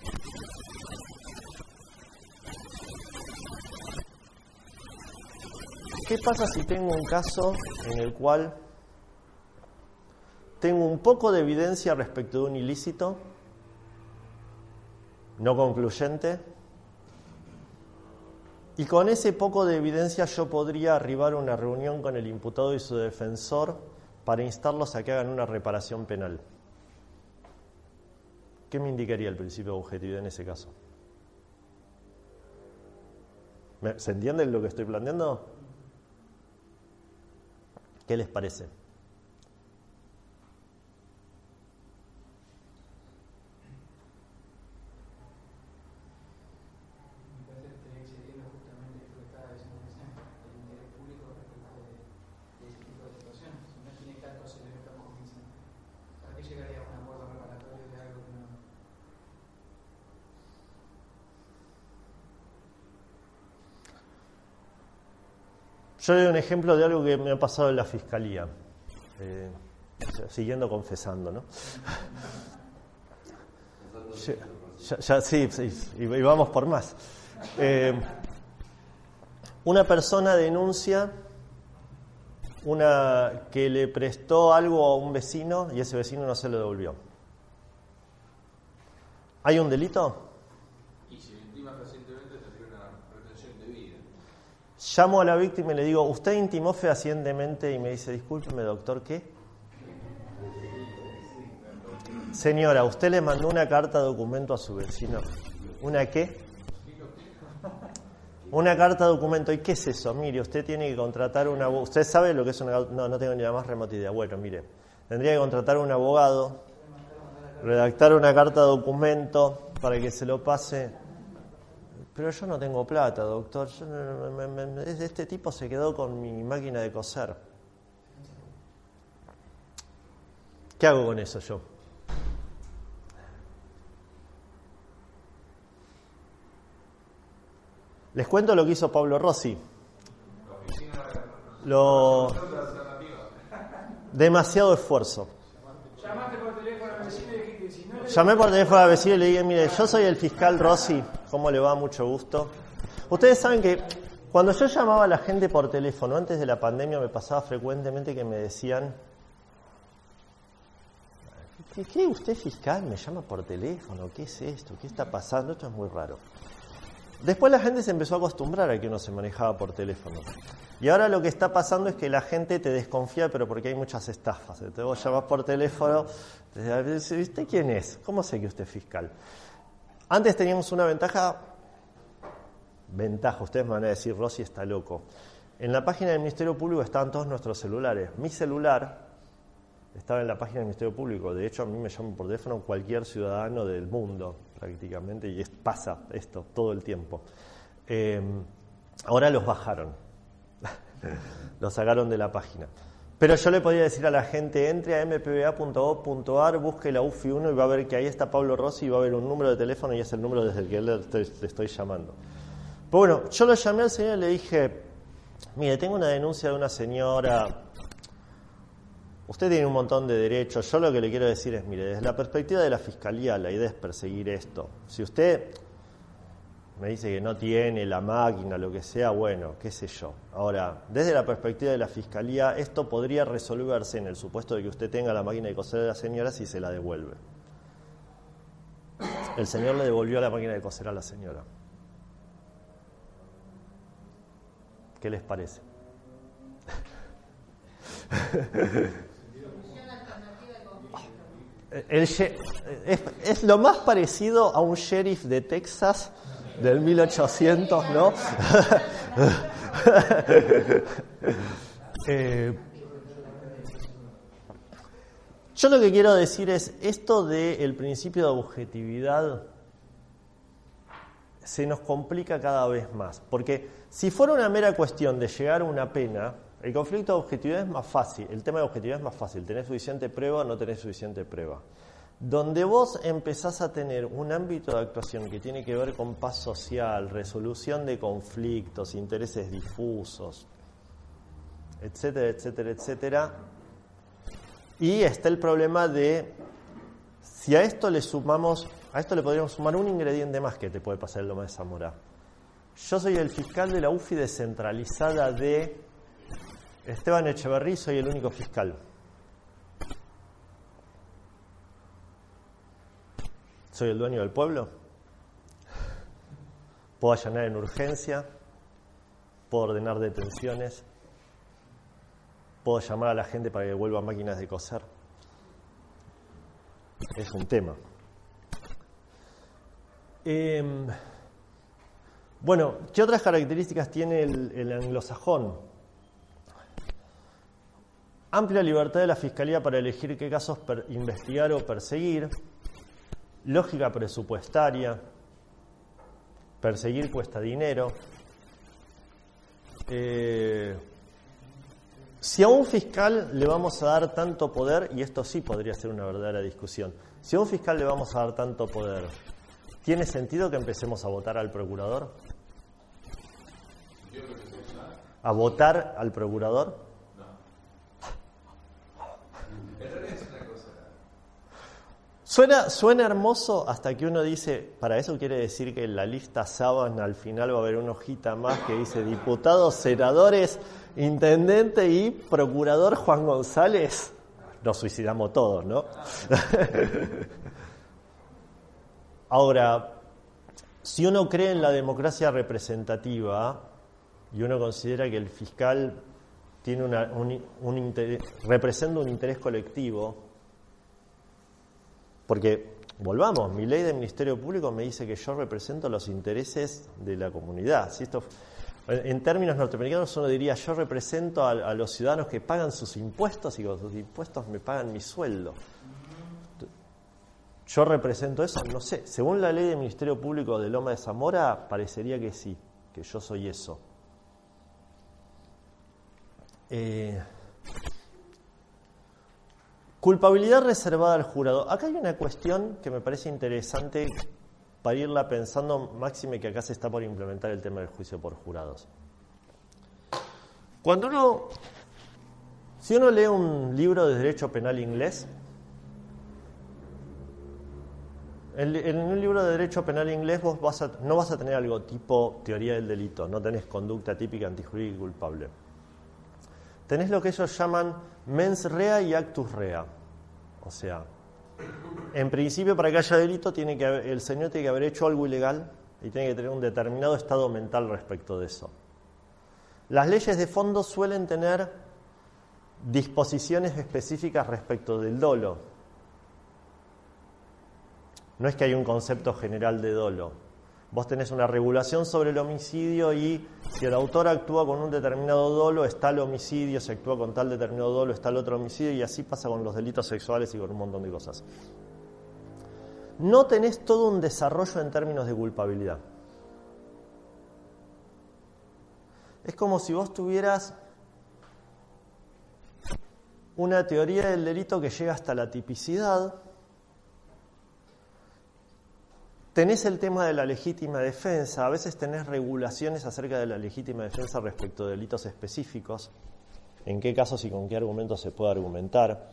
¿Qué pasa si tengo un caso en el cual tengo un poco de evidencia respecto de un ilícito, no concluyente, y con ese poco de evidencia yo podría arribar a una reunión con el imputado y su defensor para instarlos a que hagan una reparación penal? ¿Qué me indicaría el principio de objetividad en ese caso? ¿Se entiende lo que estoy planteando? ¿Qué les parece? Yo doy un ejemplo de algo que me ha pasado en la fiscalía, eh, siguiendo confesando, ¿no? Ya, ya, ya, sí, sí, y, y vamos por más. Eh, una persona denuncia una que le prestó algo a un vecino y ese vecino no se lo devolvió. ¿Hay un delito? Llamo a la víctima y le digo, ¿usted intimó fehacientemente? Y me dice, discúlpeme, doctor, ¿qué? Señora, ¿usted le mandó una carta documento a su vecino? ¿Una qué? Una carta documento. ¿Y qué es eso? Mire, usted tiene que contratar un abogado. ¿Usted sabe lo que es un abogado? No, no tengo ni la más remota idea. Bueno, mire, tendría que contratar un abogado, redactar una carta documento para que se lo pase. Pero yo no tengo plata, doctor. Yo no, me, me, este tipo se quedó con mi máquina de coser. ¿Qué hago con eso yo? Les cuento lo que hizo Pablo Rossi. Lo... Demasiado esfuerzo. Llamaste por teléfono al vecino y dijiste, si no le... Llamé por teléfono al vecino y le dije, mire, yo soy el fiscal Rossi. ¿Cómo le va? Mucho gusto. Ustedes saben que cuando yo llamaba a la gente por teléfono, antes de la pandemia me pasaba frecuentemente que me decían, ¿qué, qué usted fiscal me llama por teléfono? ¿Qué es esto? ¿Qué está pasando? Esto es muy raro. Después la gente se empezó a acostumbrar a que uno se manejaba por teléfono. Y ahora lo que está pasando es que la gente te desconfía, pero porque hay muchas estafas. Entonces vos llamás por teléfono, te dices, ¿usted quién es? ¿Cómo sé que usted es fiscal? Antes teníamos una ventaja, ventaja, ustedes me van a decir, Rossi está loco. En la página del Ministerio Público estaban todos nuestros celulares. Mi celular estaba en la página del Ministerio Público. De hecho, a mí me llaman por teléfono cualquier ciudadano del mundo, prácticamente, y es, pasa esto todo el tiempo. Eh, ahora los bajaron, los sacaron de la página. Pero yo le podría decir a la gente, entre a m p b a punto gov punto a r, busque la U F I uno y va a ver que ahí está Pablo Rossi y va a ver un número de teléfono y es el número desde el que le estoy, le estoy llamando. Pero bueno, yo lo llamé al señor y le dije, mire, tengo una denuncia de una señora, usted tiene un montón de derechos, yo lo que le quiero decir es, mire, desde la perspectiva de la Fiscalía la idea es perseguir esto. Si usted me dice que no tiene la máquina, lo que sea, bueno, qué sé yo. Ahora, desde la perspectiva de la Fiscalía, esto podría resolverse en el supuesto de que usted tenga la máquina de coser de la señora si se la devuelve. El señor le devolvió la máquina de coser a la señora. ¿Qué les parece? El, es, es lo más parecido a un sheriff de Texas del mil ochocientos, ¿no? eh, yo lo que quiero decir es, esto del principio de objetividad se nos complica cada vez más, porque si fuera una mera cuestión de llegar a una pena, el conflicto de objetividad es más fácil, el tema de objetividad es más fácil, tenés suficiente prueba o no tenés suficiente prueba. Donde vos empezás a tener un ámbito de actuación que tiene que ver con paz social, resolución de conflictos, intereses difusos, etcétera, etcétera, etcétera, y está el problema de, si a esto le sumamos, a esto le podríamos sumar un ingrediente más que te puede pasar en Loma de Zamora. Yo soy el fiscal de la U F I descentralizada de Esteban Echeverrí, soy el único fiscal. ¿Soy el dueño del pueblo? ¿Puedo allanar en urgencia? ¿Puedo ordenar detenciones? ¿Puedo llamar a la gente para que devuelva máquinas de coser? Es un tema. Eh, bueno, ¿qué otras características tiene el, el anglosajón? Amplia libertad de la Fiscalía para elegir qué casos per, investigar o perseguir. Lógica presupuestaria, perseguir cuesta dinero. Eh, si a un fiscal le vamos a dar tanto poder, y esto sí podría ser una verdadera discusión, si a un fiscal le vamos a dar tanto poder, ¿tiene sentido que empecemos a votar al procurador? ¿A votar al procurador? Suena, suena hermoso hasta que uno dice, para eso quiere decir que en la lista sábana al final va a haber una hojita más que dice diputados, senadores, intendente y procurador Juan González. Nos suicidamos todos, ¿no? Ahora, si uno cree en la democracia representativa y uno considera que el fiscal tiene una, un, un interés, representa un interés colectivo, porque, volvamos, mi ley de Ministerio Público me dice que yo represento los intereses de la comunidad. Si esto, en términos norteamericanos uno diría, yo represento a, a los ciudadanos que pagan sus impuestos y con sus impuestos me pagan mi sueldo. ¿Yo represento eso? No sé. Según la ley de Ministerio Público de Loma de Zamora, parecería que sí, que yo soy eso. Eh... Culpabilidad reservada al jurado. Acá hay una cuestión que me parece interesante para irla pensando, máxime que acá se está por implementar el tema del juicio por jurados. Cuando uno, si uno lee un libro de derecho penal inglés, en, en un libro de derecho penal inglés vos vas a, no vas a tener algo tipo teoría del delito, no tenés conducta típica antijurídica y culpable. Tenés lo que ellos llaman mens rea y actus rea. O sea, en principio para que haya delito tiene que haber, el señor tiene que haber hecho algo ilegal y tiene que tener un determinado estado mental respecto de eso. Las leyes de fondo suelen tener disposiciones específicas respecto del dolo. No es que hay un concepto general de dolo. Vos tenés una regulación sobre el homicidio y si el autor actúa con un determinado dolo, está el homicidio, si actúa con tal determinado dolo, está el otro homicidio, y así pasa con los delitos sexuales y con un montón de cosas. No tenés todo un desarrollo en términos de culpabilidad. Es como si vos tuvieras una teoría del delito que llega hasta la tipicidad. Tenés el tema de la legítima defensa, a veces tenés regulaciones acerca de la legítima defensa respecto de delitos específicos, en qué casos y con qué argumentos se puede argumentar.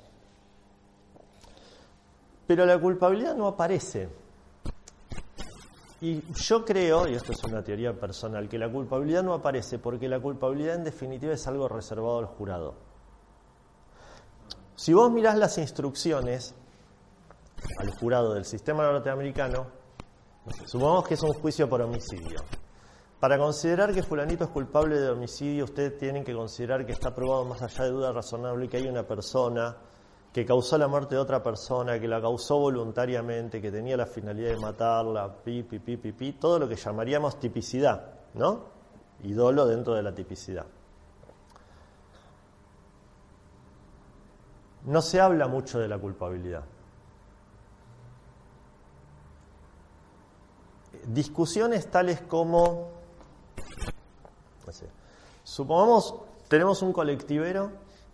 Pero la culpabilidad no aparece. Y yo creo, y esto es una teoría personal, que la culpabilidad no aparece porque la culpabilidad en definitiva es algo reservado al jurado. Si vos mirás las instrucciones al jurado del sistema norteamericano, supongamos que es un juicio por homicidio. Para considerar que fulanito es culpable de homicidio, ustedes tienen que considerar que está probado más allá de duda razonable que hay una persona que causó la muerte de otra persona, que la causó voluntariamente, que tenía la finalidad de matarla, pi, pi, pi, pi, pi, todo lo que llamaríamos tipicidad, ¿no? Y dolo dentro de la tipicidad. No se habla mucho de la culpabilidad. Discusiones tales como, no sé, supongamos, tenemos un colectivero.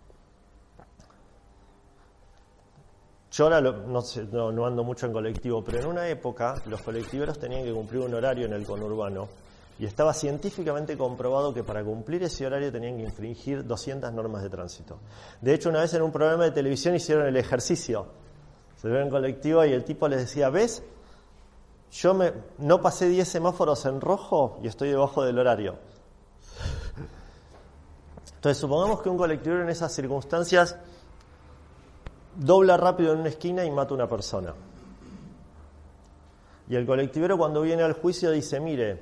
Yo ahora lo, no, sé, no, no ando mucho en colectivo, pero en una época los colectiveros tenían que cumplir un horario en el conurbano y estaba científicamente comprobado que para cumplir ese horario tenían que infringir doscientas normas de tránsito. De hecho, una vez en un programa de televisión hicieron el ejercicio. Se ve en colectivo y el tipo les decía, ¿ves? Yo me, no pasé diez semáforos en rojo y estoy debajo del horario. Entonces, supongamos que un colectivero en esas circunstancias dobla rápido en una esquina y mata a una persona. Y el colectivero cuando viene al juicio dice, mire,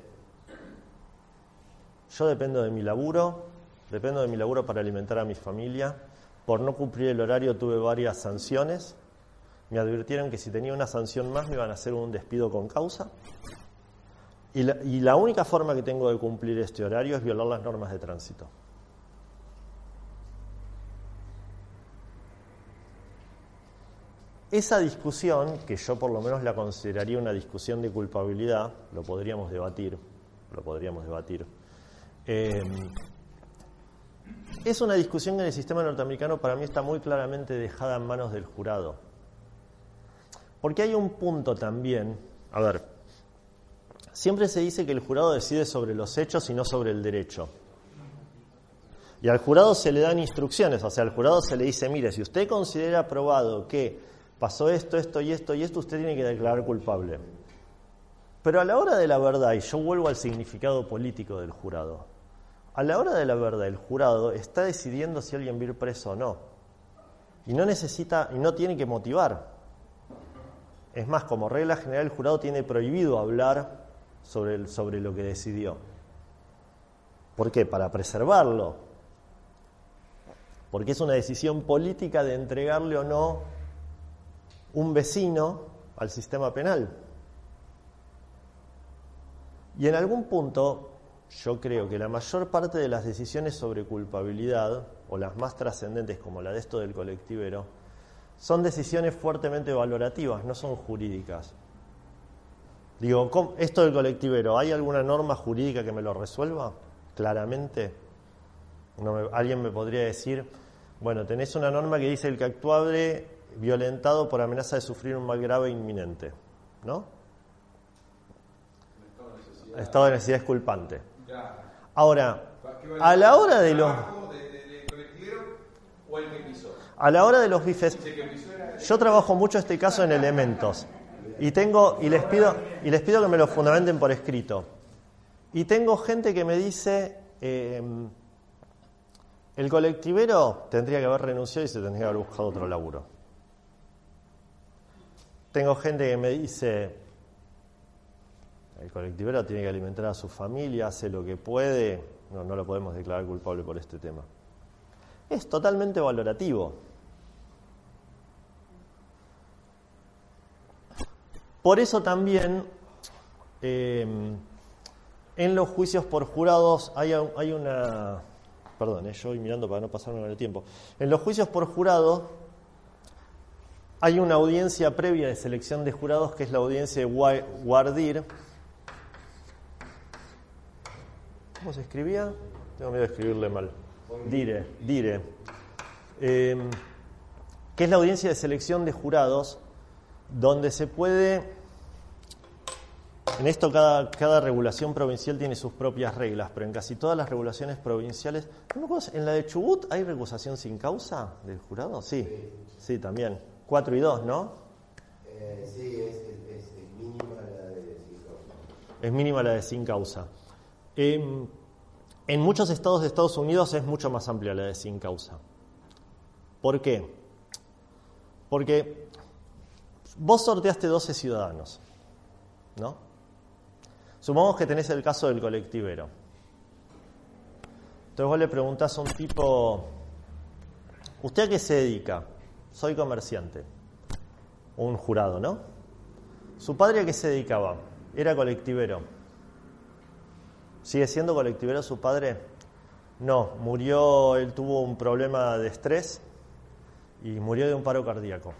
yo dependo de mi laburo, dependo de mi laburo para alimentar a mi familia, por no cumplir el horario tuve varias sanciones, me advirtieron que si tenía una sanción más me iban a hacer un despido con causa, y la, y la única forma que tengo de cumplir este horario es violar las normas de tránsito. Esa discusión, que yo por lo menos la consideraría una discusión de culpabilidad, lo podríamos debatir, lo podríamos debatir. Eh, es una discusión que en el sistema norteamericano para mí está muy claramente dejada en manos del jurado. Porque hay un punto también, a ver, siempre se dice que el jurado decide sobre los hechos y no sobre el derecho. Y al jurado se le dan instrucciones, o sea, al jurado se le dice, mire, si usted considera probado que pasó esto, esto y esto y esto, usted tiene que declarar culpable. Pero a la hora de la verdad, y yo vuelvo al significado político del jurado, a la hora de la verdad, el jurado está decidiendo si alguien va a ir preso o no. Y no necesita, y no tiene que motivar. Es más, como regla general, el jurado tiene prohibido hablar sobre, el, sobre lo que decidió. ¿Por qué? Para preservarlo. Porque es una decisión política de entregarle o no un vecino al sistema penal. Y en algún punto, yo creo que la mayor parte de las decisiones sobre culpabilidad, o las más trascendentes como la de esto del colectivero, son decisiones fuertemente valorativas, no son jurídicas. Digo, ¿cómo? Esto del colectivero, ¿hay alguna norma jurídica que me lo resuelva? Claramente. No me, alguien me podría decir, bueno, tenés una norma que dice el que actuare violentado por amenaza de sufrir un mal grave inminente, ¿no? Estado de necesidad. Estado de necesidad es culpante. Ahora, a la hora de los... ¿O el que pisó? A la hora de los bifes, yo trabajo mucho este caso en elementos y tengo y les pido y les pido que me lo fundamenten por escrito. Y tengo gente que me dice eh, el colectivero tendría que haber renunciado y se tendría que haber buscado otro laburo. Tengo gente que me dice el colectivero tiene que alimentar a su familia, hace lo que puede, no, no lo podemos declarar culpable por este tema. Es totalmente valorativo. Por eso también eh, en los juicios por jurados hay, hay una... Perdón, eh, yo voy mirando para no pasarme con el tiempo. En los juicios por jurado hay una audiencia previa de selección de jurados que es la audiencia de voir dire. ¿Cómo se escribía? Tengo miedo de escribirle mal. Dire, dire. Eh, que es la audiencia de selección de jurados, donde se puede... En esto cada, cada regulación provincial tiene sus propias reglas, pero en casi todas las regulaciones provinciales... ¿En la de Chubut hay recusación sin causa del jurado? Sí, sí, sí también. Cuatro y dos, ¿no? Eh, sí, es, es, es mínima la de sin causa. Es mínima la de sin causa. Eh, en muchos estados de Estados Unidos es mucho más amplia la de sin causa. ¿Por qué? Porque vos sorteaste doce ciudadanos, ¿no? Supongamos que tenés el caso del colectivero. Entonces vos le preguntás a un tipo, ¿usted a qué se dedica? Soy comerciante. Un jurado, ¿no? ¿Su padre a qué se dedicaba? Era colectivero. ¿Sigue siendo colectivero su padre? No, murió, él tuvo un problema de estrés y murió de un paro cardíaco.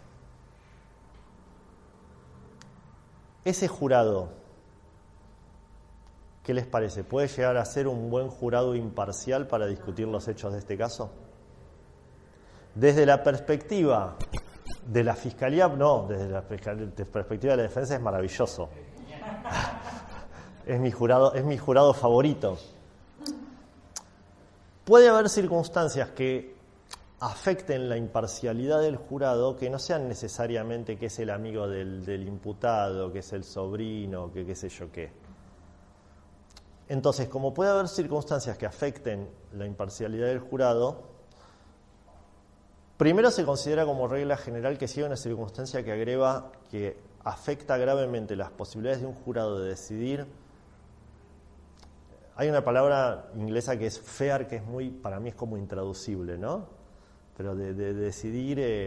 Ese jurado, ¿qué les parece? ¿Puede llegar a ser un buen jurado imparcial para discutir los hechos de este caso? Desde la perspectiva de la fiscalía, no, desde la perspectiva de la defensa es maravilloso. Es mi jurado, es mi jurado favorito. Puede haber circunstancias que afecten la imparcialidad del jurado que no sean necesariamente que es el amigo del, del imputado, que es el sobrino, que qué sé yo qué. Entonces, como puede haber circunstancias que afecten la imparcialidad del jurado, primero se considera como regla general que si hay una circunstancia que agreva, que afecta gravemente las posibilidades de un jurado de decidir. Hay una palabra inglesa que es fair, que es muy, para mí es como intraducible, ¿no? Pero de, de, de decidir, eh,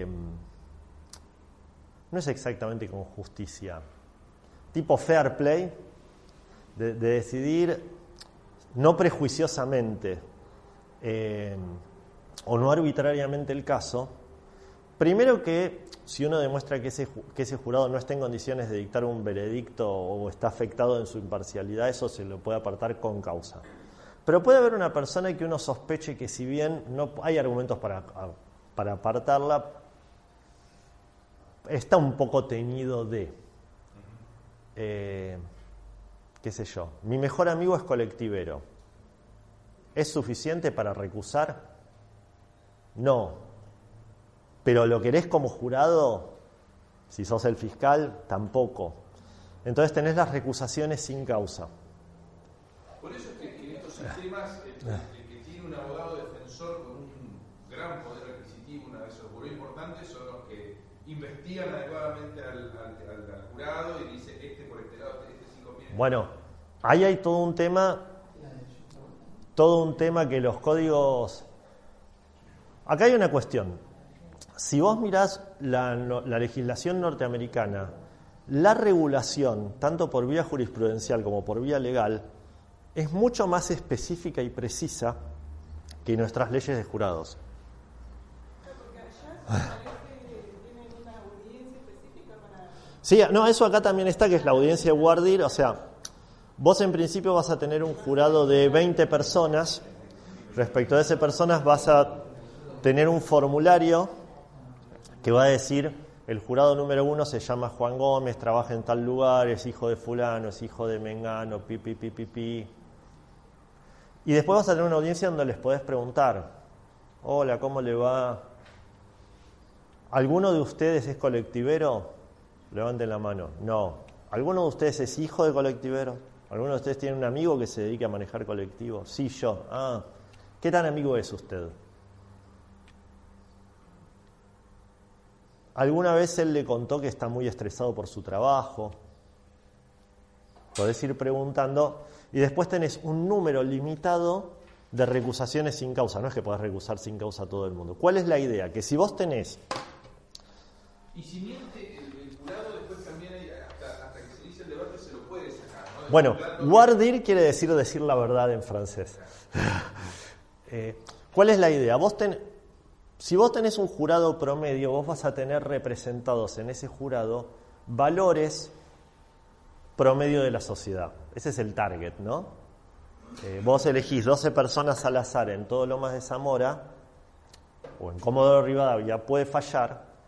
no es exactamente con justicia. Tipo fair play, de, de decidir no prejuiciosamente eh, o no arbitrariamente el caso. Primero que si uno demuestra que ese, que ese jurado no está en condiciones de dictar un veredicto o está afectado en su imparcialidad, eso se lo puede apartar con causa. Pero puede haber una persona que uno sospeche que si bien no hay argumentos para, para apartarla, está un poco teñido de, eh, qué sé yo, mi mejor amigo es colectivero. ¿Es suficiente para recusar? No. Pero lo querés como jurado, si sos el fiscal, tampoco. Entonces tenés las recusaciones sin causa. Por eso es que, que en estos sistemas el, el que tiene un abogado defensor con un gran poder adquisitivo, una de esos juros importantes, son los que investigan adecuadamente al, al, al, al jurado y dice este por este lado, este, este sí conviene. Bueno, ahí hay todo un tema, todo un tema que los códigos... Acá hay una cuestión. Si vos mirás la, la legislación norteamericana, la regulación, tanto por vía jurisprudencial como por vía legal, es mucho más específica y precisa que nuestras leyes de jurados. Sí, no, eso acá también está, que es la audiencia de voir dire. O sea, vos en principio vas a tener un jurado de veinte personas. Respecto a esas personas vas a tener un formulario que va a decir, el jurado número uno se llama Juan Gómez, trabaja en tal lugar, es hijo de fulano, es hijo de mengano, pi, pi, pi, pi, pi. Y después vas a tener una audiencia donde les podés preguntar, hola, ¿cómo le va? ¿Alguno de ustedes es colectivero? Levanten la mano. No. ¿Alguno de ustedes es hijo de colectivero? ¿Alguno de ustedes tiene un amigo que se dedique a manejar colectivo? Sí, yo. Ah, ¿qué tan amigo es usted? ¿Alguna vez él le contó que está muy estresado por su trabajo? Podés ir preguntando y después tenés un número limitado de recusaciones sin causa. No es que podés recusar sin causa a todo el mundo. ¿Cuál es la idea? Que si vos tenés... Y si miente el, el jurado, después también hay, hasta, hasta que se inicie el debate se lo puede sacar, ¿no? Bueno, voir dire quiere decir decir la verdad en francés. eh, ¿Cuál es la idea? Vos tenés... Si vos tenés un jurado promedio, vos vas a tener representados en ese jurado valores promedio de la sociedad. Ese es el target, ¿no? Eh, vos elegís doce personas al azar en todo Lomas de Zamora, o en Comodoro Rivadavia, puede fallar,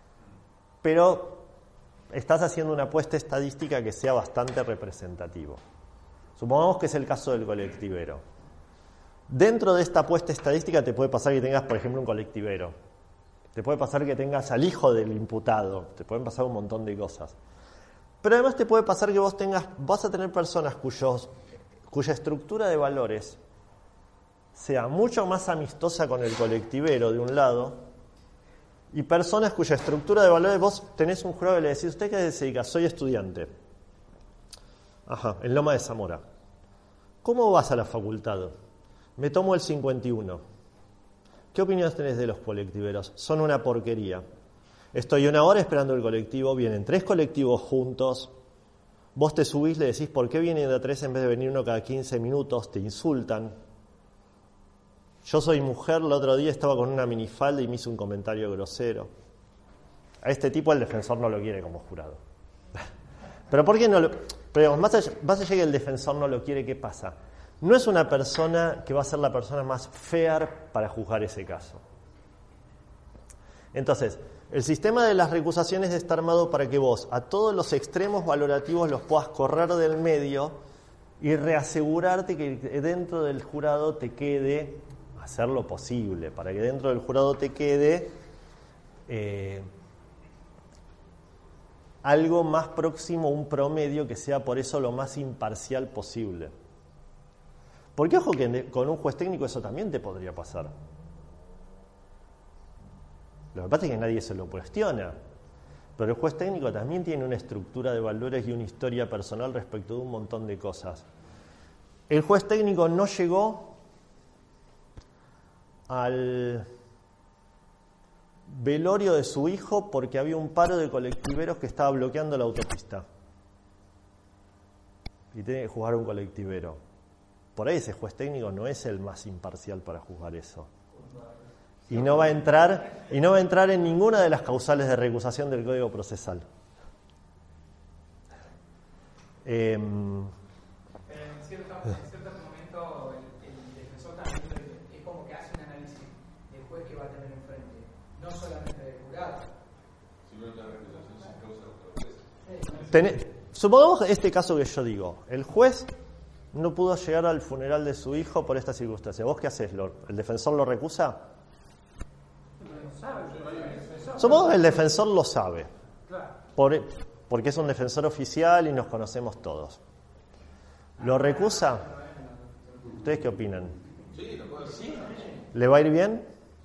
pero estás haciendo una apuesta estadística que sea bastante representativo. Supongamos que es el caso del colectivero. Dentro de esta apuesta estadística te puede pasar que tengas, por ejemplo, un colectivero. Te puede pasar que tengas al hijo del imputado. Te pueden pasar un montón de cosas. Pero además te puede pasar que vos tengas, vas a tener personas cuyos, cuya estructura de valores sea mucho más amistosa con el colectivero de un lado, y personas cuya estructura de valores, vos tenés un jurado y le decís, ¿usted qué se dedica? Soy estudiante. Ajá, en Loma de Zamora. ¿Cómo vas a la facultad? Me tomo el cincuenta y uno. ¿Qué opiniones tenés de los colectiveros? Son una porquería. Estoy una hora esperando el colectivo, vienen tres colectivos juntos, vos te subís, le decís por qué vienen de a tres en vez de venir uno cada quince minutos, te insultan. Yo soy mujer, el otro día estaba con una minifalda y me hizo un comentario grosero. A este tipo el defensor no lo quiere como jurado. ¿Pero por qué no lo...? Pero más allá, más allá que el defensor no lo quiere, ¿qué pasa? No es una persona que va a ser la persona más fair para juzgar ese caso. Entonces, el sistema de las recusaciones está armado para que vos a todos los extremos valorativos los puedas correr del medio y reasegurarte que dentro del jurado te quede, hacer lo posible, para que dentro del jurado te quede eh, algo más próximo a un promedio que sea por eso lo más imparcial posible. Porque ojo que con un juez técnico eso también te podría pasar. Lo que pasa es que nadie se lo cuestiona. Pero el juez técnico también tiene una estructura de valores y una historia personal respecto de un montón de cosas. El juez técnico no llegó al velorio de su hijo porque había un paro de colectiveros que estaba bloqueando la autopista. Y tiene que juzgar un colectivero. Por ahí ese juez técnico no es el más imparcial para juzgar eso. Y no va a entrar, y no va a entrar en ninguna de las causales de recusación del Código Procesal. Eh, Pero en cierto, en cierto momento el, el defensor también es como que hace un análisis del juez que va a tener enfrente, no solamente del jurado. Si no está recusación sin causa de otra Ten, supongamos este caso que yo digo, el juez no pudo llegar al funeral de su hijo por esta circunstancia. ¿Vos qué haces? ¿El defensor lo recusa? Supongamos que el defensor lo sabe, por, porque es un defensor oficial y nos conocemos todos. ¿Lo recusa? ¿Ustedes qué opinan? ¿Le va a ir bien?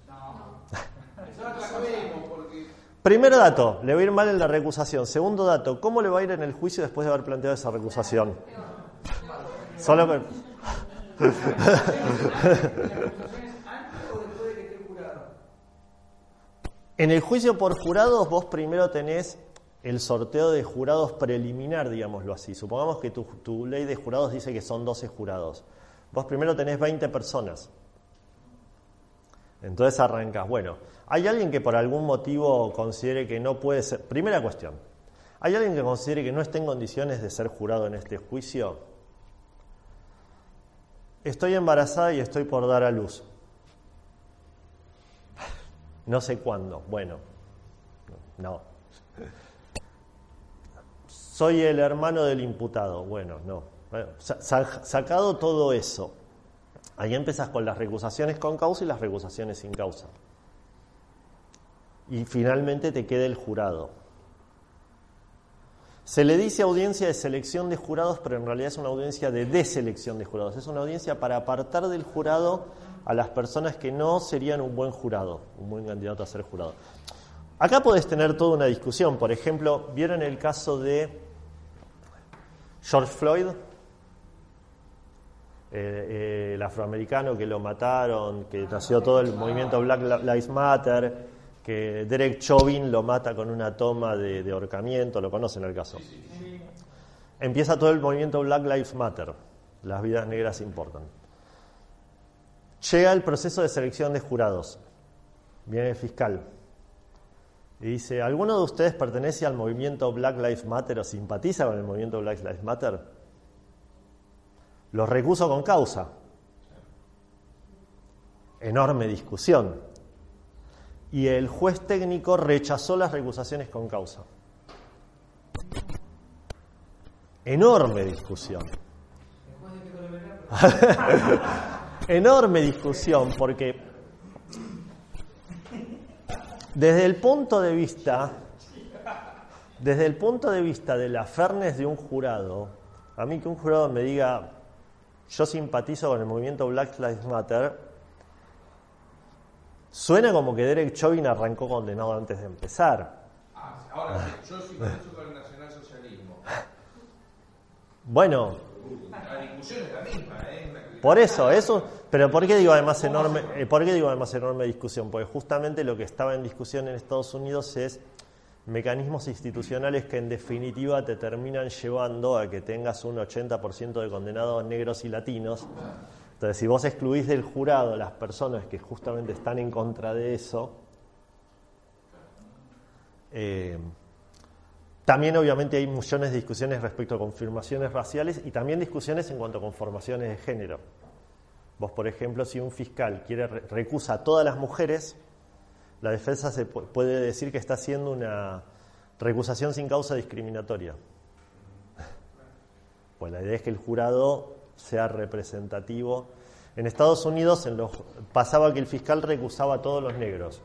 Primero dato, le va a ir mal en la recusación. Segundo dato, ¿cómo le va a ir en el juicio después de haber planteado esa recusación? Solo que... En el juicio por jurados, vos primero tenés el sorteo de jurados preliminar, digámoslo así. Supongamos que tu, tu ley de jurados dice que son doce jurados. Vos primero tenés veinte personas. Entonces arrancás. Bueno, ¿hay alguien que por algún motivo considere que no puede ser? Primera cuestión. ¿Hay alguien que considere que no esté en condiciones de ser jurado en este juicio? Estoy embarazada y estoy por dar a luz. No sé cuándo. Bueno, no. Soy el hermano del imputado. Bueno, no. Bueno, sacado todo eso, ahí empezás con las recusaciones con causa y las recusaciones sin causa. Y finalmente te queda el jurado. Se le dice audiencia de selección de jurados, pero en realidad es una audiencia de deselección de jurados. Es una audiencia para apartar del jurado a las personas que no serían un buen jurado, un buen candidato a ser jurado. Acá podés tener toda una discusión. Por ejemplo, ¿vieron el caso de George Floyd? Eh, eh, el afroamericano que lo mataron, que nació todo el movimiento Black Lives Matter, que Derek Chauvin lo mata con una toma de, de ahorcamiento, lo conocen el caso. Empieza todo el movimiento Black Lives Matter, las vidas negras importan. Llega el proceso de selección de jurados, viene el fiscal y dice, ¿alguno de ustedes pertenece al movimiento Black Lives Matter o simpatiza con el movimiento Black Lives Matter? Los recuso con causa. Enorme discusión. y el juez técnico rechazó las recusaciones con causa. Enorme discusión. Enorme discusión, porque desde el punto de vista, desde el punto de vista de la fairness de un jurado, a mí que un jurado me diga, yo simpatizo con el movimiento Black Lives Matter, suena como que Derek Chauvin arrancó condenado antes de empezar. Ah, ahora sí, yo simpatizo con el nacionalsocialismo. Bueno, la discusión es la misma, ¿eh? Por eso, eso, pero ¿por qué digo además enorme, eh, ¿por qué digo además enorme discusión? Porque justamente lo que estaba en discusión en Estados Unidos es mecanismos institucionales que en definitiva te terminan llevando a que tengas un ochenta por ciento de condenados negros y latinos. Entonces, si vos excluís del jurado las personas que justamente están en contra de eso, eh, también obviamente hay millones de discusiones respecto a confirmaciones raciales y también discusiones en cuanto a conformaciones de género. Vos, por ejemplo, si un fiscal quiere recusa a todas las mujeres, la defensa se puede decir que está haciendo una recusación sin causa discriminatoria. Pues la idea es que el jurado sea representativo. En Estados Unidos en los, pasaba que el fiscal recusaba a todos los negros.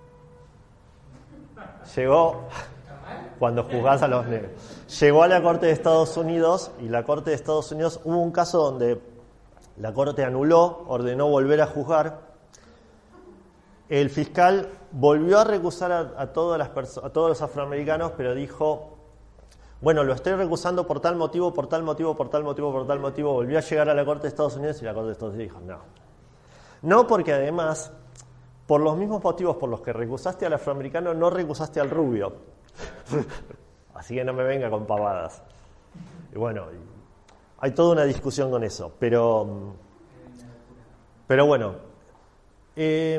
Llegó, cuando juzgás a los negros, llegó a la Corte de Estados Unidos y la Corte de Estados Unidos hubo un caso donde la Corte anuló, ordenó volver a juzgar. El fiscal volvió a recusar a, a, todas las perso- a todos los afroamericanos, pero dijo, bueno, lo estoy recusando por tal motivo, por tal motivo, por tal motivo, por tal motivo. Volvió a llegar a la Corte de Estados Unidos y la Corte de Estados Unidos dijo, no. No, porque además, por los mismos motivos por los que recusaste al afroamericano, no recusaste al rubio. Así que no me venga con pavadas. Y bueno, hay toda una discusión con eso, pero, pero bueno. Eh,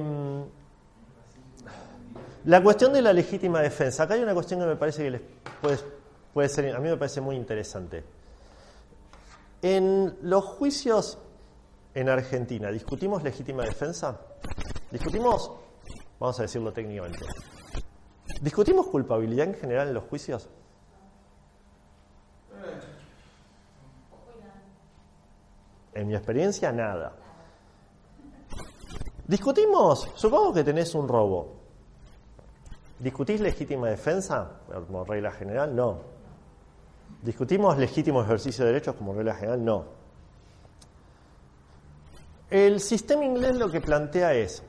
la cuestión de la legítima defensa. Acá hay una cuestión que me parece que les puede, puede ser, a mí me parece muy interesante. En los juicios en Argentina, ¿discutimos legítima defensa? ¿Discutimos? Vamos a decirlo técnicamente. ¿Discutimos culpabilidad en general en los juicios? En mi experiencia, nada. ¿Discutimos? Supongo que tenés un robo. ¿Discutís legítima defensa? Como regla general, no. ¿Discutimos legítimo ejercicio de derechos como regla general? No. El sistema inglés lo que plantea es...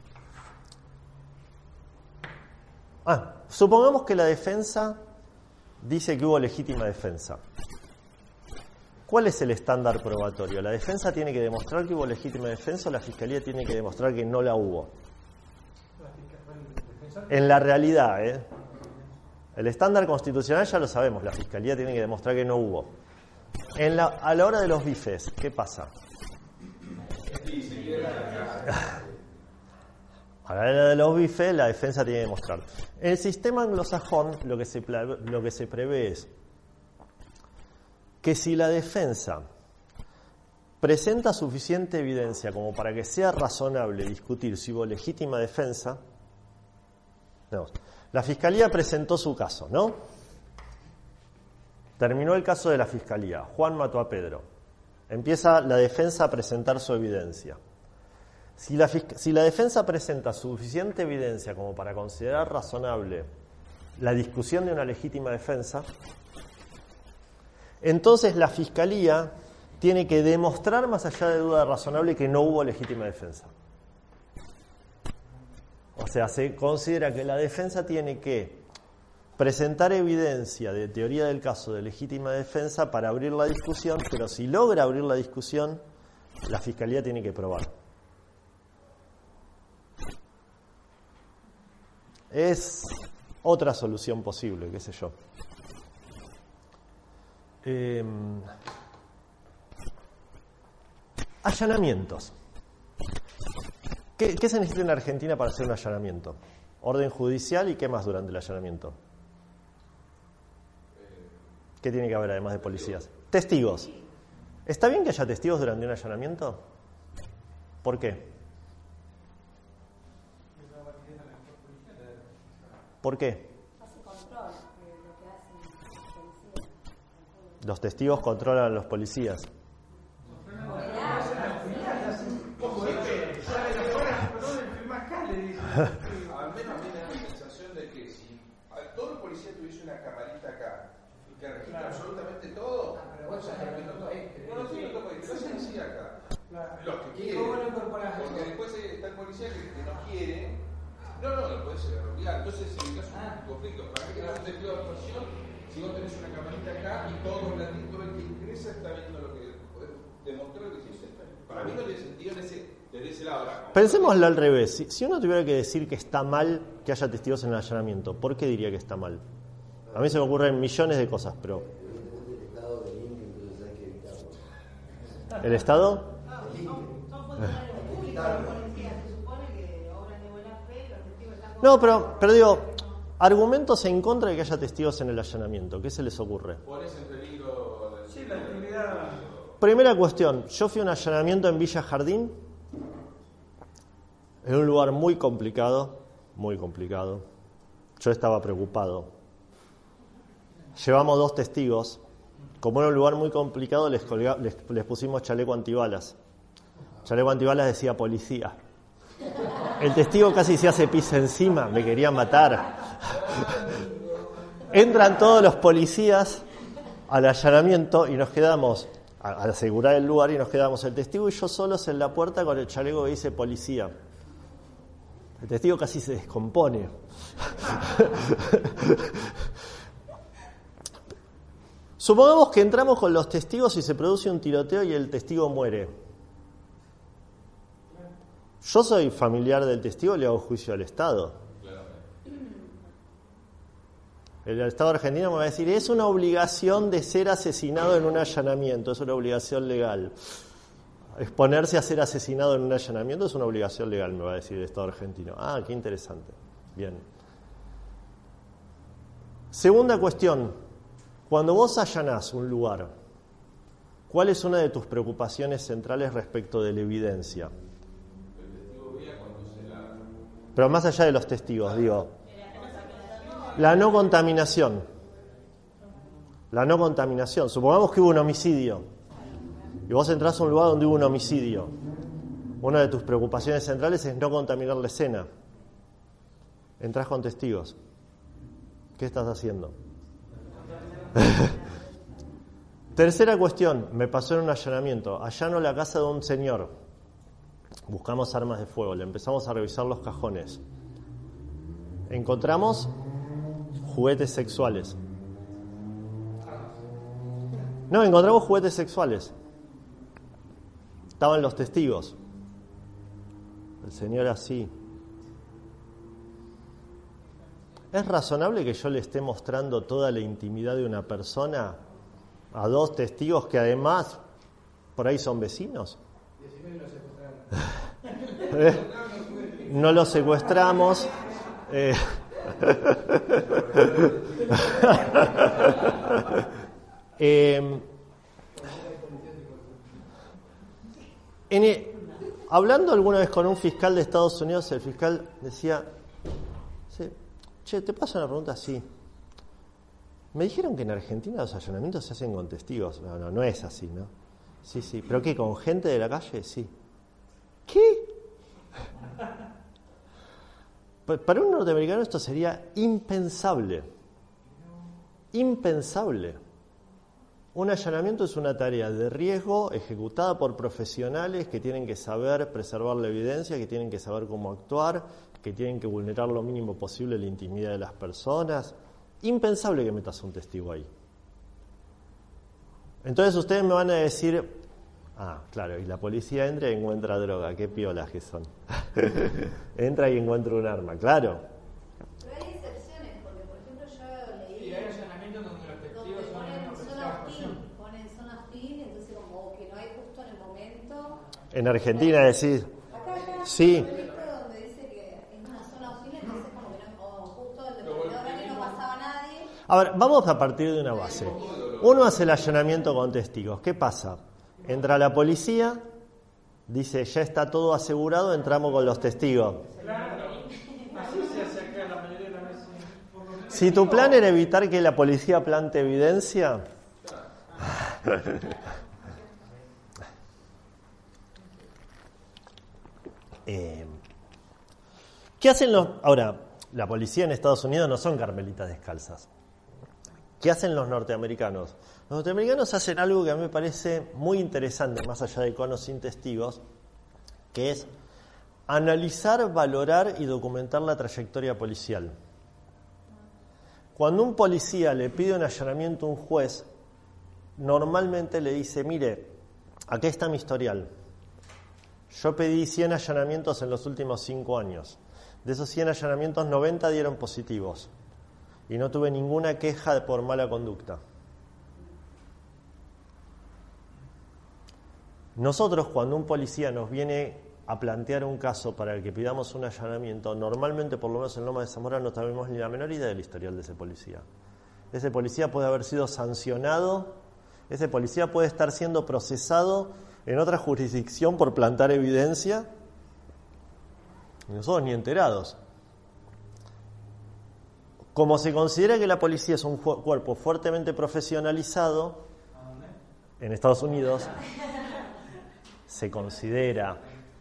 Ah, supongamos que la defensa dice que hubo legítima defensa. ¿Cuál es el estándar probatorio? ¿La defensa tiene que demostrar que hubo legítima defensa o la fiscalía tiene que demostrar que no la hubo? En la realidad, ¿eh? El estándar constitucional ya lo sabemos, la fiscalía tiene que demostrar que no hubo. En la, a la hora de los bifes, ¿qué pasa? A la hora de los bifes, la defensa tiene que demostrar. En el sistema anglosajón, lo que se, lo que se prevé es que si la defensa presenta suficiente evidencia como para que sea razonable discutir si hubo legítima defensa, no, la fiscalía presentó su caso, ¿no? Terminó el caso de la fiscalía. Juan mató a Pedro. Empieza la defensa a presentar su evidencia. Si la, si la defensa presenta suficiente evidencia como para considerar razonable la discusión de una legítima defensa, entonces la fiscalía tiene que demostrar más allá de duda razonable que no hubo legítima defensa. O sea, se considera que la defensa tiene que presentar evidencia de teoría del caso de legítima defensa para abrir la discusión, pero si logra abrir la discusión, la fiscalía tiene que probar. Es otra solución posible, qué sé yo. Eh, allanamientos. ¿Qué, ¿Qué se necesita en Argentina para hacer un allanamiento? Orden judicial y ¿qué más durante el allanamiento? ¿Qué tiene que haber además de policías? Testigos. ¿Está bien que haya testigos durante un allanamiento? ¿Por qué? ¿Por qué? Hace control de lo que hacen los policías. Los testigos controlan a los policías. Al menos a mí me da la sensación de que si todo el policía tuviese una camarita acá y que registra claro. absolutamente todo, pero vos sabés que no toco ahí. No, no, sí, lo toco ahí, pero hacen así acá. Claro. Los que ¿Y quieren. cómo lo incorporás? Porque después está el policía que, que no quiere. No, no, lo podés obligar. Entonces, si es un ah. conflicto, ¿para qué querés un testigo de actuación si vos tenés una camarita acá y todo el ratito el que ingresa está viendo lo que podés demostrar lo que hiciste? Para mí no tiene sentido en ese, desde ese lado. Pensémoslo al revés. Si, si uno tuviera que decir que está mal que haya testigos en el allanamiento, ¿por qué diría que está mal? A mí se me ocurren millones de cosas, pero... ¿El Estado? No, pero, pero digo, argumentos en contra de que haya testigos en el allanamiento. ¿Qué se les ocurre? Pones en peligro... Sí, la integridad... Primera cuestión, yo fui a un allanamiento en Villa Jardín, en un lugar muy complicado, muy complicado. Yo estaba preocupado. Llevamos dos testigos. Como era un lugar muy complicado, les, colga, les, les pusimos chaleco antibalas. Chaleco antibalas decía policía. El testigo casi se hace pis encima, me quería matar. Entran todos los policías al allanamiento y nos quedamos... al asegurar el lugar y nos quedamos el testigo y yo solos en la puerta con el chaleco que dice policía. El testigo casi se descompone. Supongamos que entramos con los testigos y se produce un tiroteo y el testigo muere. Yo soy familiar del testigo y le hago juicio al Estado. El Estado argentino me va a decir, es una obligación de ser asesinado en un allanamiento, es una obligación legal. Exponerse a ser asesinado en un allanamiento es una obligación legal, me va a decir el Estado argentino. Ah, qué interesante. Bien. Segunda cuestión, cuando vos allanás un lugar, ¿cuál es una de tus preocupaciones centrales respecto de la evidencia? Pero más allá de los testigos, digo... La no contaminación. La no contaminación. Supongamos que hubo un homicidio y vos entrás a un lugar donde hubo un homicidio. Una de tus preocupaciones centrales es no contaminar la escena. Entrás con testigos. ¿Qué estás haciendo? Tercera cuestión. Me pasó en un allanamiento. Allano la casa de un señor. Buscamos armas de fuego. Le empezamos a revisar los cajones. Encontramos... juguetes sexuales. No, encontramos juguetes sexuales. Estaban los testigos. El señor así. ¿Es razonable que yo le esté mostrando toda la intimidad de una persona a dos testigos que además por ahí son vecinos? ¿Eh? No los secuestramos. Eh... eh, en el, hablando alguna vez con un fiscal de Estados Unidos, el fiscal decía, sí, che, ¿te paso una pregunta? Sí. Me dijeron que en Argentina los allanamientos se hacen con testigos. No, no, no es así, ¿no? Sí, sí. ¿Pero qué? ¿Con gente de la calle? Sí. ¿Qué? Para un norteamericano esto sería impensable. Impensable. Un allanamiento es una tarea de riesgo ejecutada por profesionales que tienen que saber preservar la evidencia, que tienen que saber cómo actuar, que tienen que vulnerar lo mínimo posible la intimidad de las personas. Impensable que metas un testigo ahí. Entonces ustedes me van a decir, ah, claro, y la policía entra y encuentra droga, qué piolas que son. Entra y encuentra un arma, claro. Pero hay excepciones, porque por ejemplo yo leí... Sí, hay allanamientos donde los testigos son ponen una zona hostil, persona. ponen zona hostil, entonces como que no hay justo en el momento... En Argentina decís, Acá ya sí. hay un libro donde dice que es una zona hostil, entonces como que no, o justo el determinado horario no pasaba nadie. A ver, vamos a partir de una base. Uno hace el allanamiento con testigos. ¿Qué pasa? Entra la policía, dice, ya está todo asegurado, entramos con los testigos. Claro, así se hace acá la mayoría de las veces. si tu plan era evitar que la policía plante evidencia... eh, ¿Qué hacen los...? Ahora, la policía en Estados Unidos no son carmelitas descalzas. ¿Qué hacen los norteamericanos? Los norteamericanos hacen algo que a mí me parece muy interesante, más allá de conos sin testigos, que es analizar, valorar y documentar la trayectoria policial. Cuando un policía le pide un allanamiento a un juez, normalmente le dice, mire, aquí está mi historial. Yo pedí cien allanamientos en los últimos cinco años. De esos cien allanamientos, noventa dieron positivos. Y no tuve ninguna queja por mala conducta. Nosotros, cuando un policía nos viene a plantear un caso para el que pidamos un allanamiento, normalmente, por lo menos en Loma de Zamora, no tenemos ni la menor idea del historial de ese policía. Ese policía puede haber sido sancionado, ese policía puede estar siendo procesado en otra jurisdicción por plantar evidencia, y nosotros ni enterados. Como se considera que la policía es un cuerpo fuertemente profesionalizado, en Estados Unidos se considera...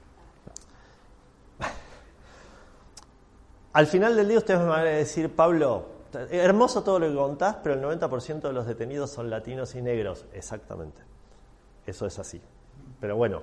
Al final del día ustedes me van a decir, Pablo, hermoso todo lo que contás, pero el noventa por ciento de los detenidos son latinos y negros. Exactamente, eso es así. Pero bueno,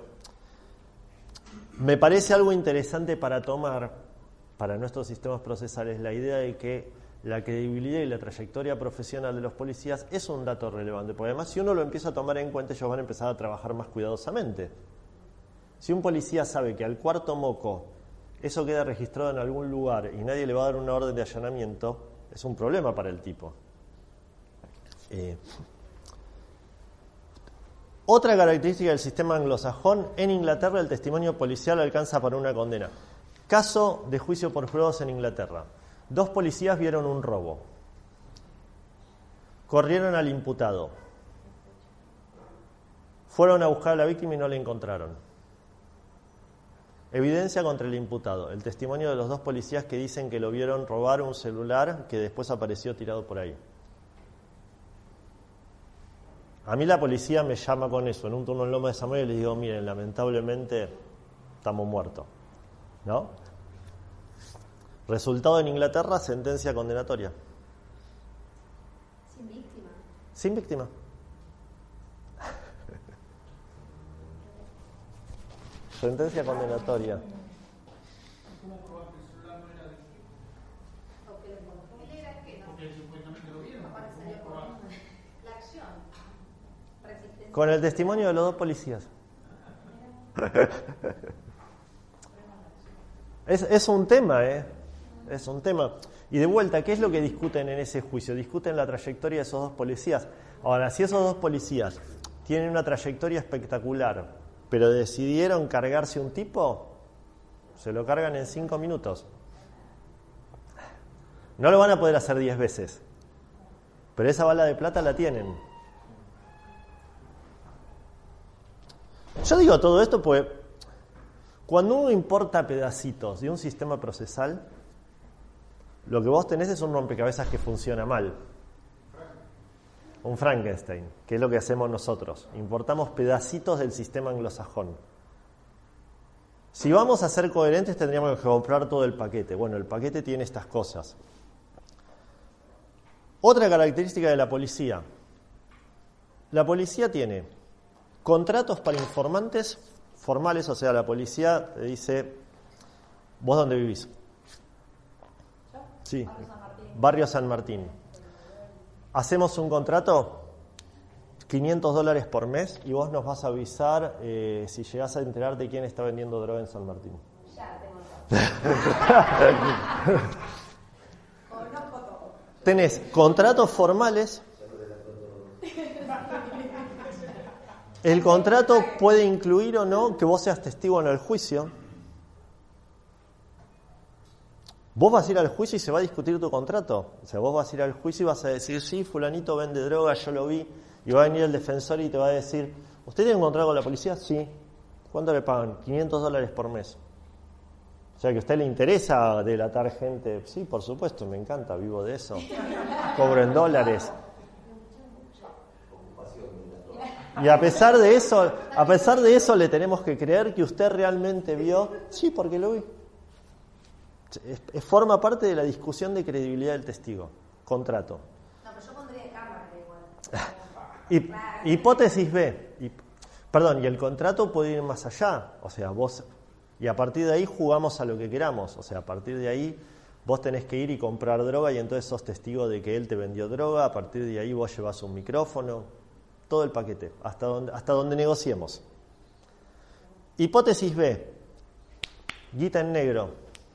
me parece algo interesante para tomar, para nuestros sistemas procesales, la idea de que la credibilidad y la trayectoria profesional de los policías es un dato relevante, porque además si uno lo empieza a tomar en cuenta, ellos van a empezar a trabajar más cuidadosamente. Si un policía sabe que al cuarto moco eso queda registrado en algún lugar y nadie le va a dar una orden de allanamiento, es un problema para el tipo. Eh, otra característica del sistema anglosajón, en Inglaterra el testimonio policial alcanza para una condena. Caso de juicio por jurados en Inglaterra. Dos policías vieron un robo. Corrieron al imputado. Fueron a buscar a la víctima y no la encontraron. Evidencia contra el imputado. El testimonio de los dos policías que dicen que lo vieron robar un celular que después apareció tirado por ahí. A mí la policía me llama con eso. En un turno en Loma de Zamora y les digo, miren, lamentablemente estamos muertos. ¿No? Resultado en Inglaterra, sentencia condenatoria. Sin víctima. Sin víctima. Sentencia condenatoria. ¿Cómo probar que el celular no era de usted? Porque lo encontró. Él era que no. Porque supuestamente lo vieron. Ahora ¿Cómo salió probar? con la acción. Resistencia. Con el testimonio de los dos policías. Es, es un tema, ¿eh? Es un tema. Y de vuelta, ¿qué es lo que discuten en ese juicio? Discuten la trayectoria de esos dos policías. Ahora, si esos dos policías tienen una trayectoria espectacular, pero decidieron cargarse un tipo, se lo cargan en cinco minutos. No lo van a poder hacer diez veces, pero esa bala de plata la tienen. Yo digo todo esto porque cuando uno importa pedacitos de un sistema procesal, lo que vos tenés es un rompecabezas que funciona mal. Un Frankenstein, que es lo que hacemos nosotros. Importamos pedacitos del sistema anglosajón. Si vamos a ser coherentes, tendríamos que comprar todo el paquete. Bueno, el paquete tiene estas cosas. Otra característica de la policía. La policía tiene contratos para informantes formales, o sea, la policía te dice, ¿vos dónde vivís? Sí, Barrio San Martín. Hacemos un contrato, quinientos dólares por mes, y vos nos vas a avisar eh, si llegás a enterarte de quién está vendiendo droga en San Martín. Ya, tengo Conozco todo. Tenés contratos formales. El contrato puede incluir o no que vos seas testigo en el juicio. Vos vas a ir al juicio y se va a discutir tu contrato. O sea, vos vas a ir al juicio y vas a decir, sí, fulanito vende droga, yo lo vi. Y va a venir el defensor y te va a decir, ¿usted tiene un contrato con la policía? Sí. ¿Cuánto le pagan? quinientos dólares por mes. O sea, que a usted le interesa delatar gente. Sí, por supuesto, me encanta, vivo de eso. Cobro en dólares. Y a pesar de eso, a pesar de eso le tenemos que creer que usted realmente vio. Sí, porque lo vi. Es, es, forma parte de la discusión de credibilidad del testigo. Contrato. No, pero yo pondría de cámara Hip, igual. hipótesis B. Hip, perdón, y el contrato puede ir más allá. O sea, vos... Y a partir de ahí jugamos a lo que queramos. O sea, a partir de ahí vos tenés que ir y comprar droga y entonces sos testigo de que él te vendió droga. A partir de ahí vos llevas un micrófono. Todo el paquete. Hasta donde, hasta donde negociemos. Hipótesis B. Guita en negro.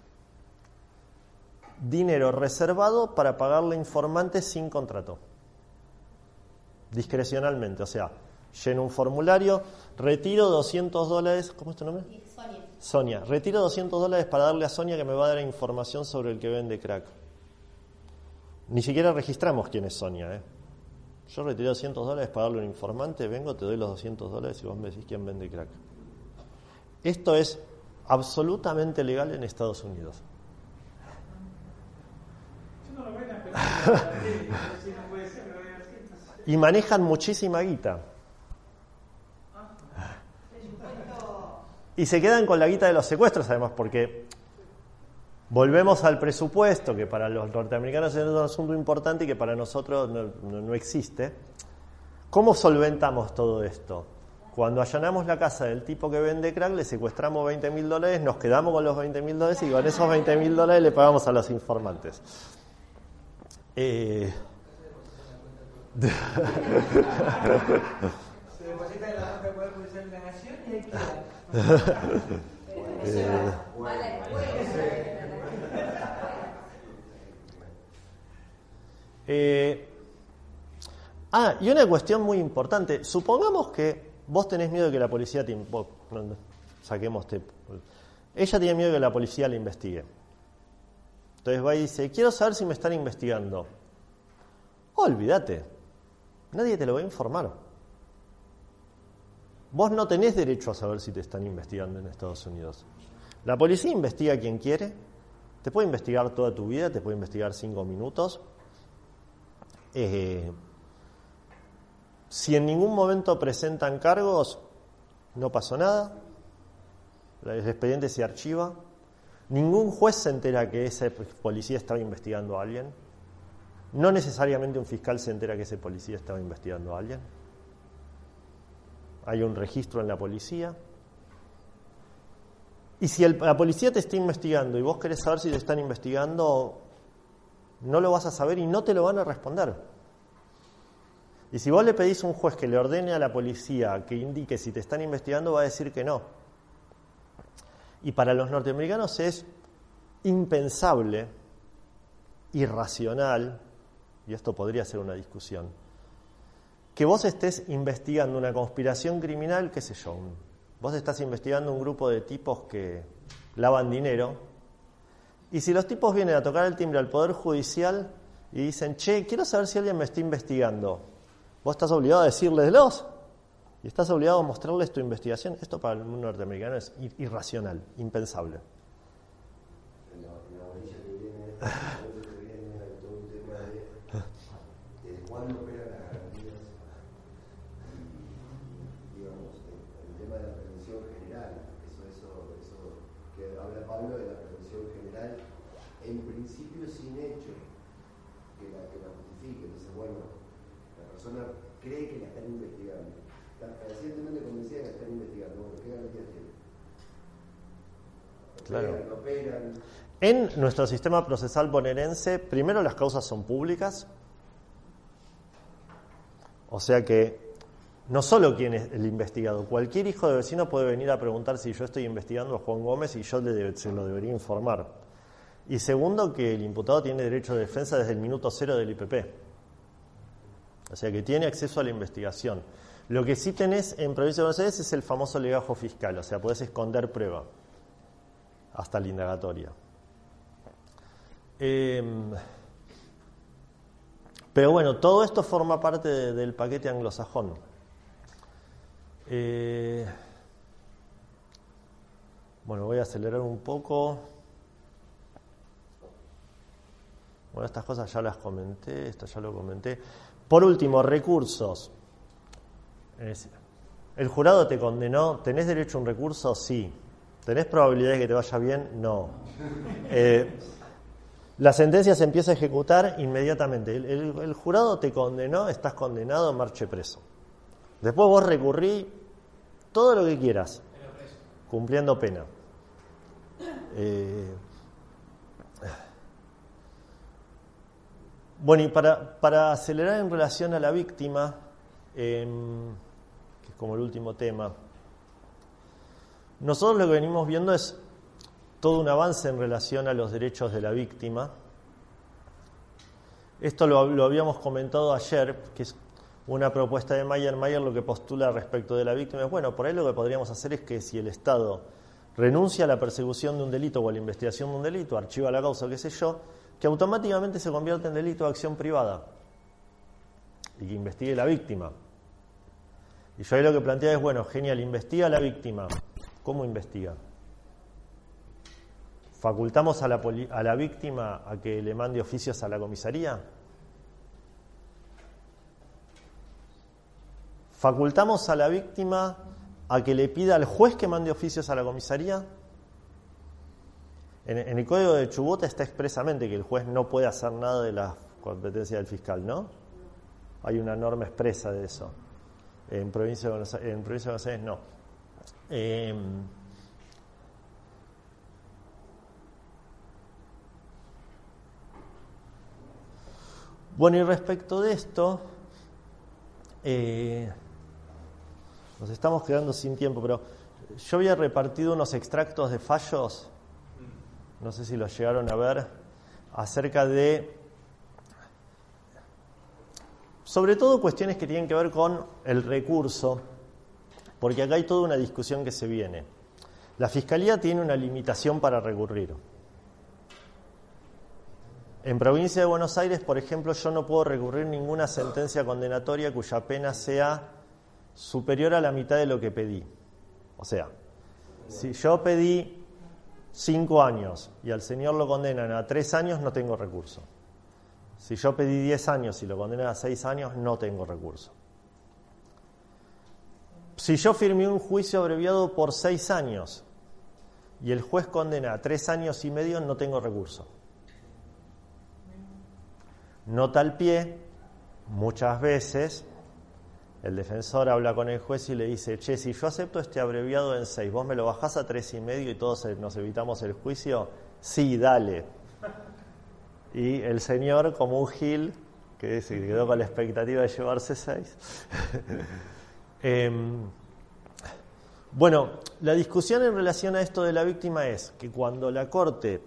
Dinero reservado para pagarle informante sin contrato. Discrecionalmente. O sea, lleno un formulario, retiro doscientos dólares. ¿Cómo es tu nombre? Sonia. Sonia, retiro doscientos dólares para darle a Sonia que me va a dar información sobre el que vende crack. Ni siquiera registramos quién es Sonia, ¿eh? Yo retiro doscientos dólares para darle a un informante, vengo, te doy los doscientos dólares y vos me decís quién vende crack. Esto es absolutamente legal en Estados Unidos. Y manejan muchísima guita. Y se quedan con la guita de los secuestros, además, porque volvemos al presupuesto, que para los norteamericanos es un asunto importante y que para nosotros no, no, no existe. ¿Cómo solventamos todo esto? Cuando allanamos la casa del tipo que vende crack, le secuestramos veinte mil dólares, nos quedamos con los veinte mil dólares y con esos veinte mil dólares le pagamos a los informantes. Eh... Se deposita en la Junta de Poder Judicial de la Nación y ahí queda. eh... Eh... Ah, y una cuestión muy importante. Supongamos que vos tenés miedo de que la policía te... Vos, saquemos... Te... Ella tiene miedo de que la policía la investigue. Entonces va y dice, quiero saber si me están investigando. Oh, olvídate. Nadie te lo va a informar. Vos no tenés derecho a saber si te están investigando en Estados Unidos. La policía investiga a quien quiere. Te puede investigar toda tu vida, te puede investigar cinco minutos. Eh... Si en ningún momento presentan cargos, no pasó nada, el expediente se archiva, ningún juez se entera que ese policía estaba investigando a alguien, no necesariamente un fiscal se entera que ese policía estaba investigando a alguien, hay un registro en la policía, y si el, la policía te está investigando y vos querés saber si te están investigando, no lo vas a saber y no te lo van a responder. Y si vos le pedís a un juez que le ordene a la policía que indique si te están investigando, va a decir que no. Y para los norteamericanos es impensable, irracional, y esto podría ser una discusión, que vos estés investigando una conspiración criminal, qué sé yo, un, vos estás investigando un grupo de tipos que lavan dinero, y si los tipos vienen a tocar el timbre al Poder Judicial y dicen, che, quiero saber si alguien me está investigando, vos estás obligado a decirleslos y estás obligado a mostrarles tu investigación. Esto para el mundo norteamericano es irracional, impensable. En la, en la orilla que viene, que viene todo un tema de desde cuándo operan las garantías y, digamos, el, el tema de la prevención general, eso, eso, eso que habla Pablo de la prevención general, en principio sin hecho que la, que la justifique. Entonces, bueno, la persona cree que la están investigando, está fehacientemente convencida que la están investigando. Bueno, ¿qué garantías tiene? Claro. Operan, no operan. En nuestro sistema procesal bonaerense, primero las causas son públicas, o sea que no solo quién es el investigado, cualquier hijo de vecino puede venir a preguntar si yo estoy investigando a Juan Gómez y yo le, se lo debería informar. Y segundo, que el imputado tiene derecho de defensa desde el minuto cero del I P P. O sea que tiene acceso a la investigación. Lo que sí tenés en Provincia de Buenos Aires es el famoso legajo fiscal, o sea, podés esconder prueba hasta la indagatoria. Eh, pero bueno, todo esto forma parte de, del paquete anglosajón. Eh, bueno, voy a acelerar un poco. Bueno, estas cosas ya las comenté, esto ya lo comenté. Por último, recursos. Es, ¿el jurado te condenó? ¿Tenés derecho a un recurso? Sí. ¿Tenés probabilidades de que te vaya bien? No. Eh, la sentencia se empieza a ejecutar inmediatamente. El, el, el jurado te condenó, estás condenado, marche preso. Después vos recurrí todo lo que quieras, cumpliendo pena. Eh, bueno, y para, para acelerar en relación a la víctima, eh, que es como el último tema, nosotros lo que venimos viendo es todo un avance en relación a los derechos de la víctima. Esto lo, lo habíamos comentado ayer, que es una propuesta de Mayer. Mayer lo que postula respecto de la víctima es, bueno, por ahí lo que podríamos hacer es que si el Estado renuncia a la persecución de un delito o a la investigación de un delito, archiva la causa, qué sé yo, que automáticamente se convierte en delito de acción privada y que investigue la víctima. Y yo ahí lo que plantea es, bueno, genial, investiga a la víctima. ¿Cómo investiga? ¿Facultamos a la, poli- a la víctima a que le mande oficios a la comisaría? ¿Facultamos a la víctima a que le pida al juez que mande oficios a la comisaría? En, en el Código de Chubut está expresamente que el juez no puede hacer nada de la competencia del fiscal, ¿no? Hay una norma expresa de eso. En Provincia de Buenos Aires, en Provincia de Buenos Aires no. Eh, bueno, y respecto de esto, eh, nos estamos quedando sin tiempo, pero yo había repartido unos extractos de fallos, no sé si los llegaron a ver, acerca de, sobre todo cuestiones que tienen que ver con el recurso, porque acá hay toda una discusión que se viene. La Fiscalía tiene una limitación para recurrir. En Provincia de Buenos Aires, por ejemplo, yo no puedo recurrir ninguna sentencia condenatoria cuya pena sea superior a la mitad de lo que pedí. O sea, si yo pedí cinco años y al señor lo condenan a tres años, no tengo recurso. Si yo pedí diez años y lo condenan a seis años, no tengo recurso. Si yo firmé un juicio abreviado por seis años y el juez condena a tres años y medio, no tengo recurso. Nota al pie, muchas veces el defensor habla con el juez y le dice, che, si yo acepto este abreviado en seis, ¿vos me lo bajás a tres y medio y todos nos evitamos el juicio? Sí, dale. Y el señor, como un gil, que se quedó con la expectativa de llevarse seis. eh, bueno, la discusión en relación a esto de la víctima es que cuando la Corte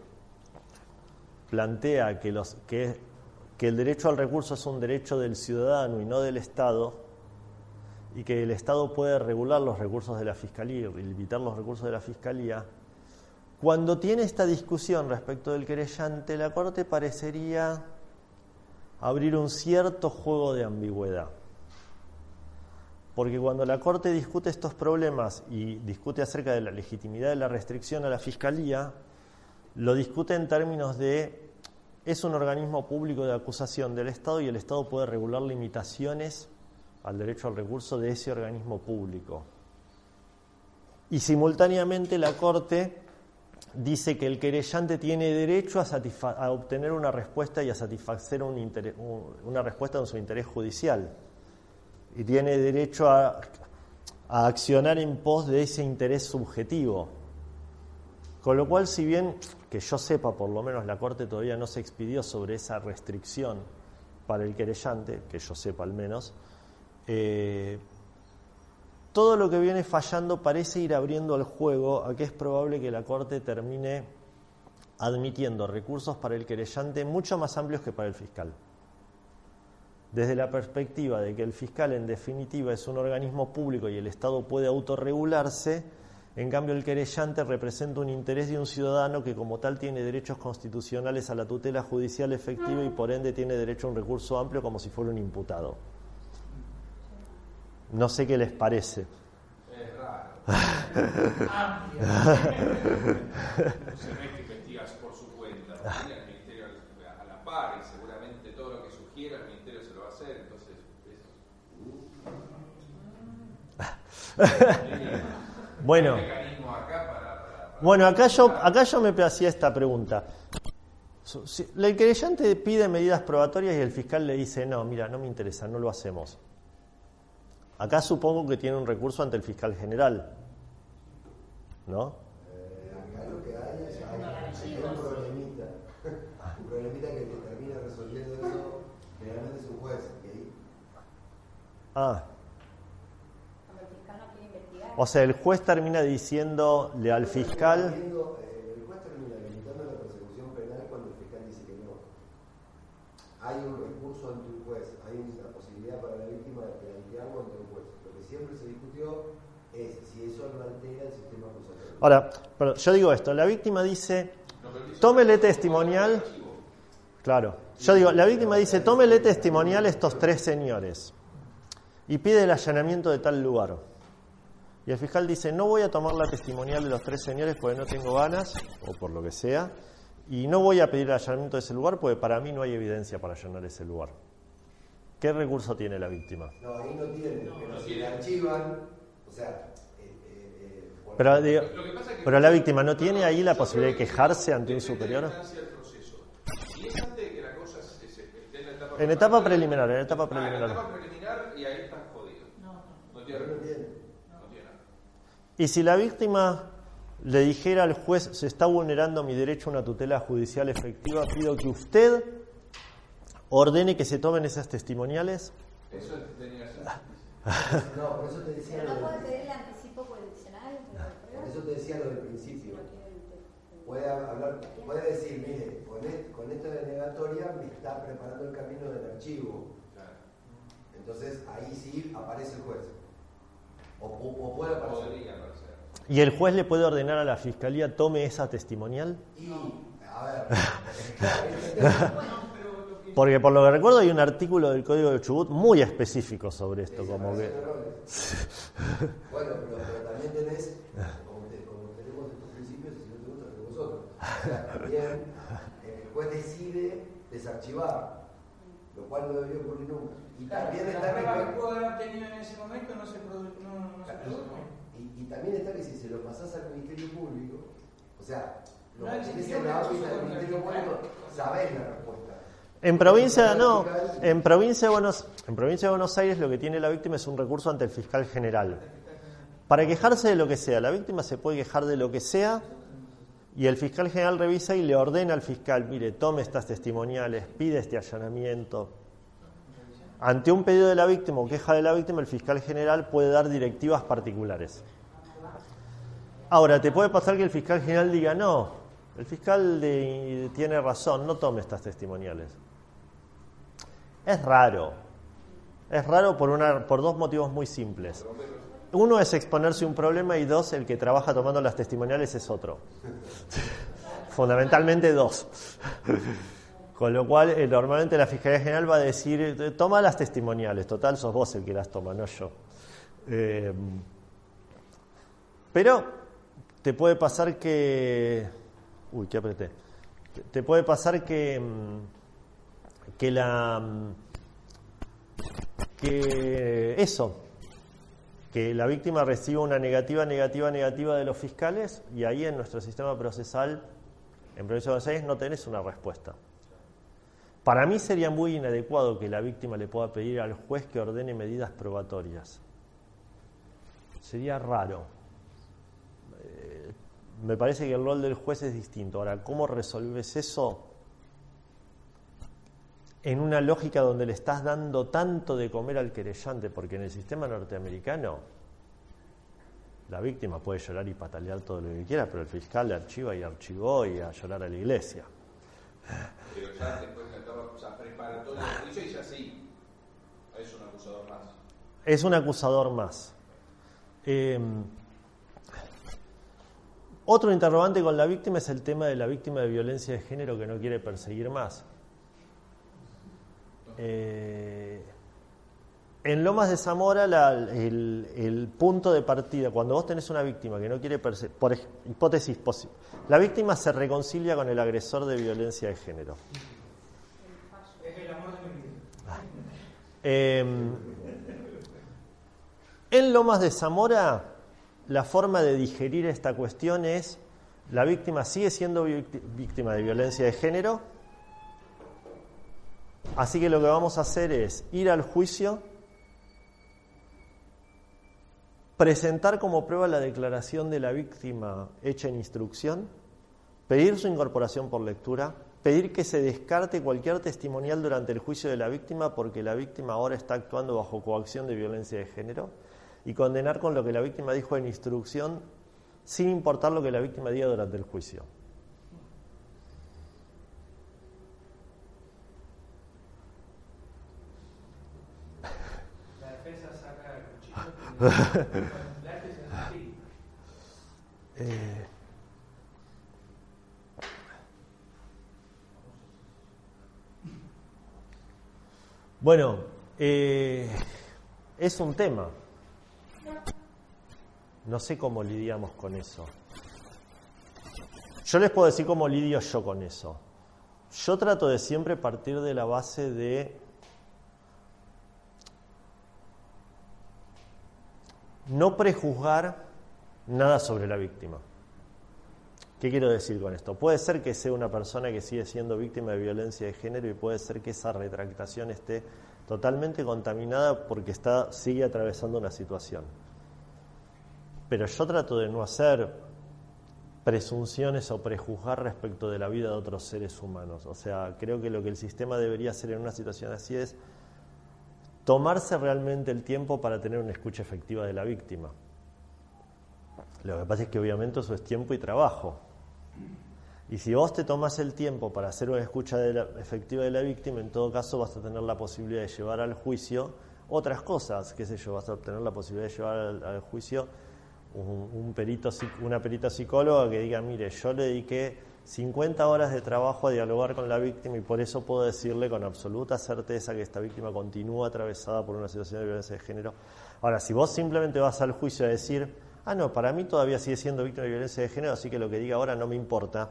plantea que, los, que, que el derecho al recurso es un derecho del ciudadano y no del Estado, y que el Estado puede regular los recursos de la Fiscalía y limitar los recursos de la Fiscalía, cuando tiene esta discusión respecto del querellante, la Corte parecería abrir un cierto juego de ambigüedad. Porque cuando la Corte discute estos problemas y discute acerca de la legitimidad de la restricción a la Fiscalía, lo discute en términos de es un organismo público de acusación del Estado y el Estado puede regular limitaciones al derecho al recurso de ese organismo público. Y simultáneamente la Corte dice que el querellante tiene derecho a, satisfa- a obtener una respuesta y a satisfacer un interés, un, una respuesta en su interés judicial. Y tiene derecho a, a accionar en pos de ese interés subjetivo. Con lo cual, si bien, que yo sepa, por lo menos la Corte todavía no se expidió sobre esa restricción para el querellante, que yo sepa al menos, eh, todo lo que viene fallando parece ir abriendo el juego a que es probable que la Corte termine admitiendo recursos para el querellante mucho más amplios que para el fiscal. Desde la perspectiva de que el fiscal en definitiva es un organismo público y el Estado puede autorregularse, en cambio el querellante representa un interés de un ciudadano que como tal tiene derechos constitucionales a la tutela judicial efectiva y por ende tiene derecho a un recurso amplio como si fuera un imputado. No sé qué les parece. Es raro. Amplio. No se ve que investigas por su cuenta. El Ministerio a la par, es Bueno, bueno acá, yo, acá yo me hacía esta pregunta. Si el querellante pide medidas probatorias y el fiscal le dice, no, mira, no me interesa, no lo hacemos. Acá supongo que tiene un recurso ante el fiscal general, ¿no? Eh, acá lo que hay es hay, hay un problemita, un problemita que, que termina resolviendo eso, generalmente es un juez. ¿Okay? Ah. Cuando el fiscal no quiere investigar. O sea, el juez termina diciéndole al fiscal... El juez termina limitando la persecución penal cuando el fiscal dice que no. Hay un recurso ante un juez, hay una posibilidad para la víctima de plantearlo ante un juez. Lo que siempre se discutió es si eso no altera el sistema acusatorio. Ahora, pero yo digo esto, la víctima dice, tómele testimonial... Claro, yo digo, la víctima dice, tómele testimonial estos tres señores y pide el allanamiento de tal lugar. Y el fiscal dice, no voy a tomar la testimonial de los tres señores porque no tengo ganas, o por lo que sea, y no voy a pedir el allanamiento de ese lugar porque para mí no hay evidencia para allanar ese lugar. ¿Qué recurso tiene la víctima? No, ahí no tienen, no, pero no si le archivan, o sea... Eh, eh, eh, pero, digo, pero la víctima no tiene ahí la posibilidad de quejarse ante un superior. En etapa preliminar, en etapa preliminar. En etapa preliminar y ahí están jodidos. No, no tiene. No tiene. Y si la víctima le dijera al juez, se está vulnerando mi derecho a una tutela judicial efectiva, pido que usted ordene que se tomen esas testimoniales. Eso tenía que ser. No, por eso te decía. Pero no puede pedir el anticipo jurisdiccional. Por eso te decía lo del principio. Puede hablar, puede decir, mire, con, este, con esta denegatoria me está preparando el camino del archivo. Entonces ahí sí aparece el juez. O, o, o puede aparecer. ¿Y el juez le puede ordenar a la fiscalía tome esa testimonial? Y, a ver. Porque por lo que recuerdo hay un artículo del Código de Chubut muy específico sobre esto. Como que... Bueno, pero, pero también tenés, como, te, como tenemos estos principios, y si no te gusta, tenemos otros. O sea, también el juez decide desarchivar, lo cual no debería ocurrir nunca. Y claro, también la está prueba que, que pudo haber obtenido en ese momento no se produjo. No, no se produjo. Y, y también está que si se lo pasás al Ministerio Público, o sea, lo no que tenés en la órbita del Ministerio Público, sabés la respuesta. En provincia no, en provincia de Buenos, en provincia de Buenos Aires lo que tiene la víctima es un recurso ante el fiscal general. Para quejarse de lo que sea, la víctima se puede quejar de lo que sea y el fiscal general revisa y le ordena al fiscal, mire, tome estas testimoniales, pide este allanamiento. Ante un pedido de la víctima o queja de la víctima, el fiscal general puede dar directivas particulares. Ahora, te puede pasar que el fiscal general diga, no, el fiscal de, tiene razón, no tome estas testimoniales. Es raro. Es raro por, una, por dos motivos muy simples. Uno es exponerse a un problema y dos, el que trabaja tomando las testimoniales es otro. Fundamentalmente dos. Con lo cual, eh, normalmente la Fiscalía General va a decir, toma las testimoniales, total, sos vos el que las toma, no yo. Eh, pero te puede pasar que... Uy, ¿qué apreté? Te, te puede pasar que... que la... que eso... que la víctima reciba una negativa, negativa, negativa de los fiscales y ahí en nuestro sistema procesal, en Provincia de Buenos Aires, no tenés una respuesta. Para mí sería muy inadecuado que la víctima le pueda pedir al juez que ordene medidas probatorias. Sería raro. Eh, me parece que el rol del juez es distinto. Ahora, ¿cómo resolves eso? En una lógica donde le estás dando tanto de comer al querellante, porque en el sistema norteamericano la víctima puede llorar y patalear todo lo que quiera, pero el fiscal le archiva y archivó y a llorar a la iglesia. Pero ya después de la etapa, o sea, preparatoria del juicio y ya sí, es un acusador más. Es un acusador más. Eh, otro interrogante con la víctima es el tema de la víctima de violencia de género que no quiere perseguir más. Eh, en Lomas de Zamora la, el, el punto de partida, cuando vos tenés una víctima que no quiere perseguir, por hipótesis posible, la víctima se reconcilia con el agresor de violencia de género. Es el amor de mi vida. Eh, En Lomas de Zamora, la forma de digerir esta cuestión es: la víctima sigue siendo víctima de violencia de género, así que lo que vamos a hacer es ir al juicio, presentar como prueba la declaración de la víctima hecha en instrucción, pedir su incorporación por lectura, pedir que se descarte cualquier testimonial durante el juicio de la víctima porque la víctima ahora está actuando bajo coacción de violencia de género, y condenar con lo que la víctima dijo en instrucción sin importar lo que la víctima diga durante el juicio. La defensa saca el cuchillo y se así. Eh, bueno, eh, es un tema. No sé cómo lidiamos con eso. Yo les puedo decir cómo lidio yo con eso. Yo trato de siempre partir de la base de no prejuzgar nada sobre la víctima. ¿Qué quiero decir con esto? Puede ser que sea una persona que sigue siendo víctima de violencia de género y puede ser que esa retractación esté totalmente contaminada porque está, sigue atravesando una situación. Pero yo trato de no hacer presunciones o prejuzgar respecto de la vida de otros seres humanos. O sea, creo que lo que el sistema debería hacer en una situación así es tomarse realmente el tiempo para tener una escucha efectiva de la víctima. Lo que pasa es que obviamente eso es tiempo y trabajo. Y si vos te tomás el tiempo para hacer una escucha de la, efectiva de la víctima, en todo caso vas a tener la posibilidad de llevar al juicio otras cosas, qué sé yo, vas a obtener la posibilidad de llevar al, al juicio un, un perito, una perita psicóloga que diga, mire, yo le dediqué cincuenta horas de trabajo a dialogar con la víctima y por eso puedo decirle con absoluta certeza que esta víctima continúa atravesada por una situación de violencia de género. Ahora, si vos simplemente vas al juicio a decir, ah, no, para mí todavía sigue siendo víctima de violencia de género, así que lo que diga ahora no me importa.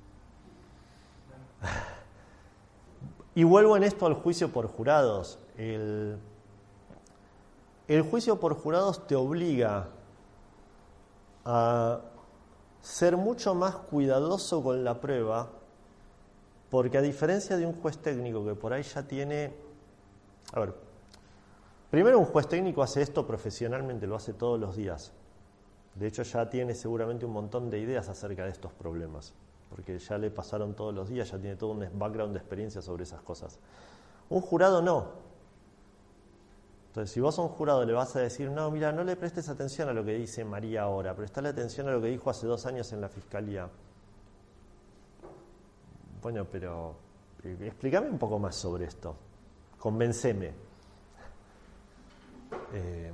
Y vuelvo en esto al juicio por jurados. El, el juicio por jurados te obliga a ser mucho más cuidadoso con la prueba, porque a diferencia de un juez técnico que por ahí ya tiene... A ver, primero un juez técnico hace esto profesionalmente, lo hace todos los días. De hecho ya tiene seguramente un montón de ideas acerca de estos problemas, porque ya le pasaron todos los días, ya tiene todo un background de experiencia sobre esas cosas. Un jurado no. Entonces, si vos a un jurado le vas a decir, no, mira, no le prestes atención a lo que dice María ahora, prestale atención a lo que dijo hace dos años en la fiscalía. Bueno, pero explícame un poco más sobre esto. Convénceme. Eh,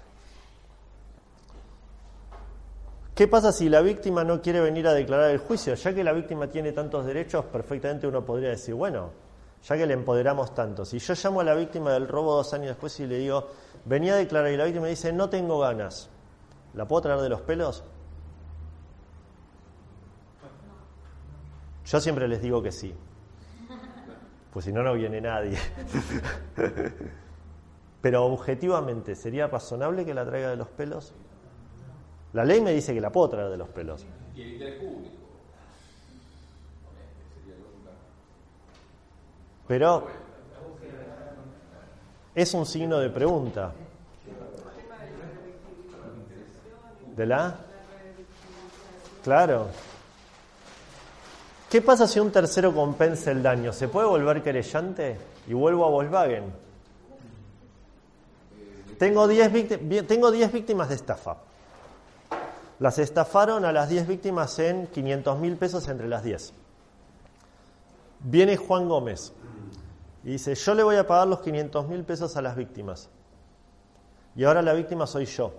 ¿Qué pasa si la víctima no quiere venir a declarar el juicio? Ya que la víctima tiene tantos derechos, perfectamente uno podría decir, bueno, ya que le empoderamos tanto, si yo llamo a la víctima del robo dos años después y le digo, venía a declarar, y la víctima dice, no tengo ganas, ¿la puedo traer de los pelos? Yo siempre les digo que sí, pues si no, no viene nadie. Pero objetivamente, ¿sería razonable que la traiga de los pelos? La ley me dice que la puedo traer de los pelos. Y el interés público. Sería lógica. Pero es un signo de pregunta. ¿De la? Claro. ¿Qué pasa si un tercero compensa el daño? ¿Se puede volver querellante? Y vuelvo a Volkswagen. Tengo diez víctimas, tengo diez víctimas de estafa. Las estafaron a las diez víctimas en quinientos mil pesos entre las diez. Viene Juan Gómez y dice, yo le voy a pagar los quinientos mil pesos a las víctimas. Y ahora la víctima soy yo.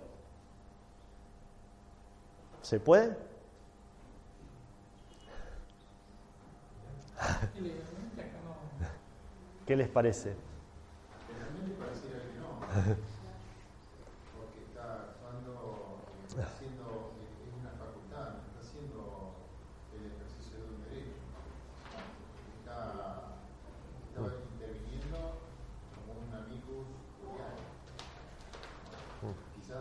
¿Se puede? ¿Qué les parece? Realmente pareciera que no, porque está actuando, está haciendo, es una facultad, está haciendo el ejercicio de un derecho, está, estaba interviniendo como un amicus curiae. Quizás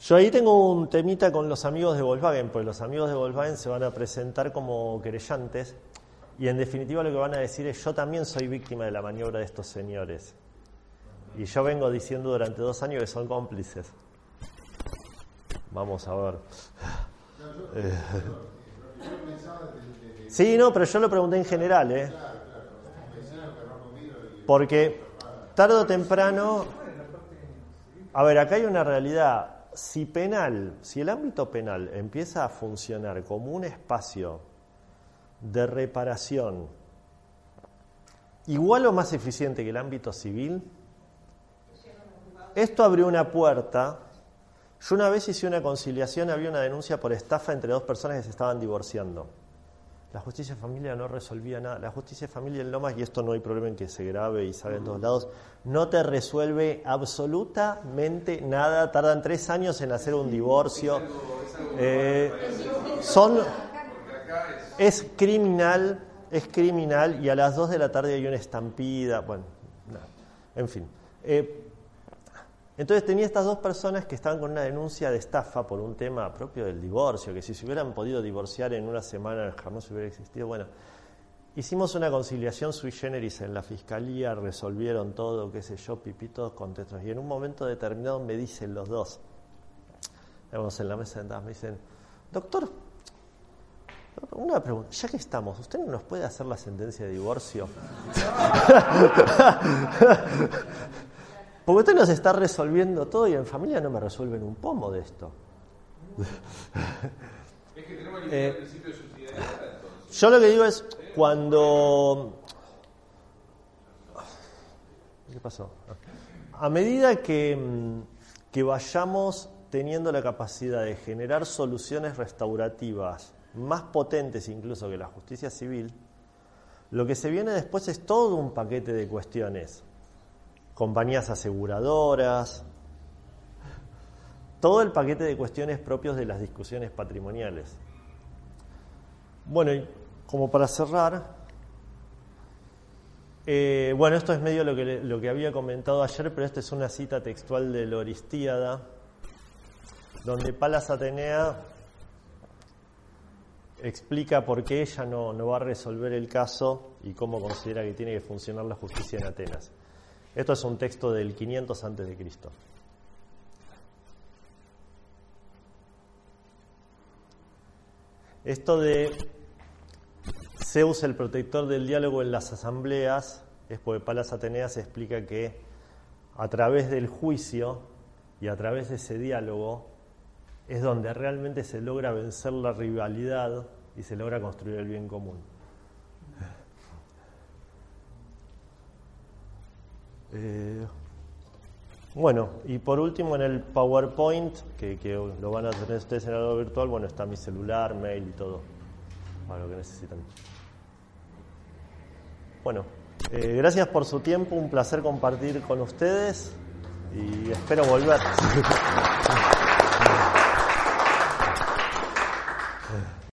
Yo ahí tengo un temita con los amigos de Volkswagen, porque los amigos de Volkswagen se van a presentar como querellantes y en definitiva lo que van a decir es: yo también soy víctima de la maniobra de estos señores. Y yo vengo diciendo durante dos años que son cómplices. Vamos a ver. Eh. Sí, no, pero yo lo pregunté en general, ¿eh? Porque tarde o temprano... A ver, acá hay una realidad. Si penal, si el ámbito penal empieza a funcionar como un espacio de reparación igual o más eficiente que el ámbito civil, esto abrió una puerta. Yo una vez hice una conciliación, había una denuncia por estafa entre dos personas que se estaban divorciando. La justicia de familia no resolvía nada. La justicia de familia en Lomas, y esto no hay problema en que se grabe y salga en todos lados, no te resuelve absolutamente nada. Tardan tres años en hacer un divorcio. Eh, son, es criminal, es criminal, y a las dos de la tarde hay una estampida. Bueno, no, en fin. Eh, Entonces tenía estas dos personas que estaban con una denuncia de estafa por un tema propio del divorcio, que si se hubieran podido divorciar en una semana jamás hubiera existido. Bueno, hicimos una conciliación sui generis en la fiscalía, resolvieron todo, qué sé yo, pipí, todos contentos. Y en un momento determinado me dicen los dos, estamos en la mesa sentados, me dicen: doctor, una pregunta, ya que estamos, ¿usted no nos puede hacer la sentencia de divorcio? Porque usted nos está resolviendo todo y en familia no me resuelven un pomo de esto. Es que tenemos que el principio de subsidiariedad, entonces. Yo lo que digo es, cuando... ¿Qué pasó? A medida que, que vayamos teniendo la capacidad de generar soluciones restaurativas más potentes incluso que la justicia civil, lo que se viene después es todo un paquete de cuestiones. Compañías aseguradoras, todo el paquete de cuestiones propios de las discusiones patrimoniales. Bueno, y como para cerrar, eh, bueno, esto es medio lo que, lo que había comentado ayer, pero esta es una cita textual de Loristíada, donde Palas Atenea explica por qué ella no, no va a resolver el caso y cómo considera que tiene que funcionar la justicia en Atenas. Esto es un texto del quinientos antes de Cristo. Esto de Zeus, el protector del diálogo en las asambleas, es porque Palas Ateneas explica que a través del juicio y a través de ese diálogo es donde realmente se logra vencer la rivalidad y se logra construir el bien común. Eh, bueno, y por último en el PowerPoint, que, que lo van a tener ustedes en el lado virtual, bueno, está mi celular, mail y todo, para lo que necesitan. Bueno, eh, gracias por su tiempo, un placer compartir con ustedes y espero volver.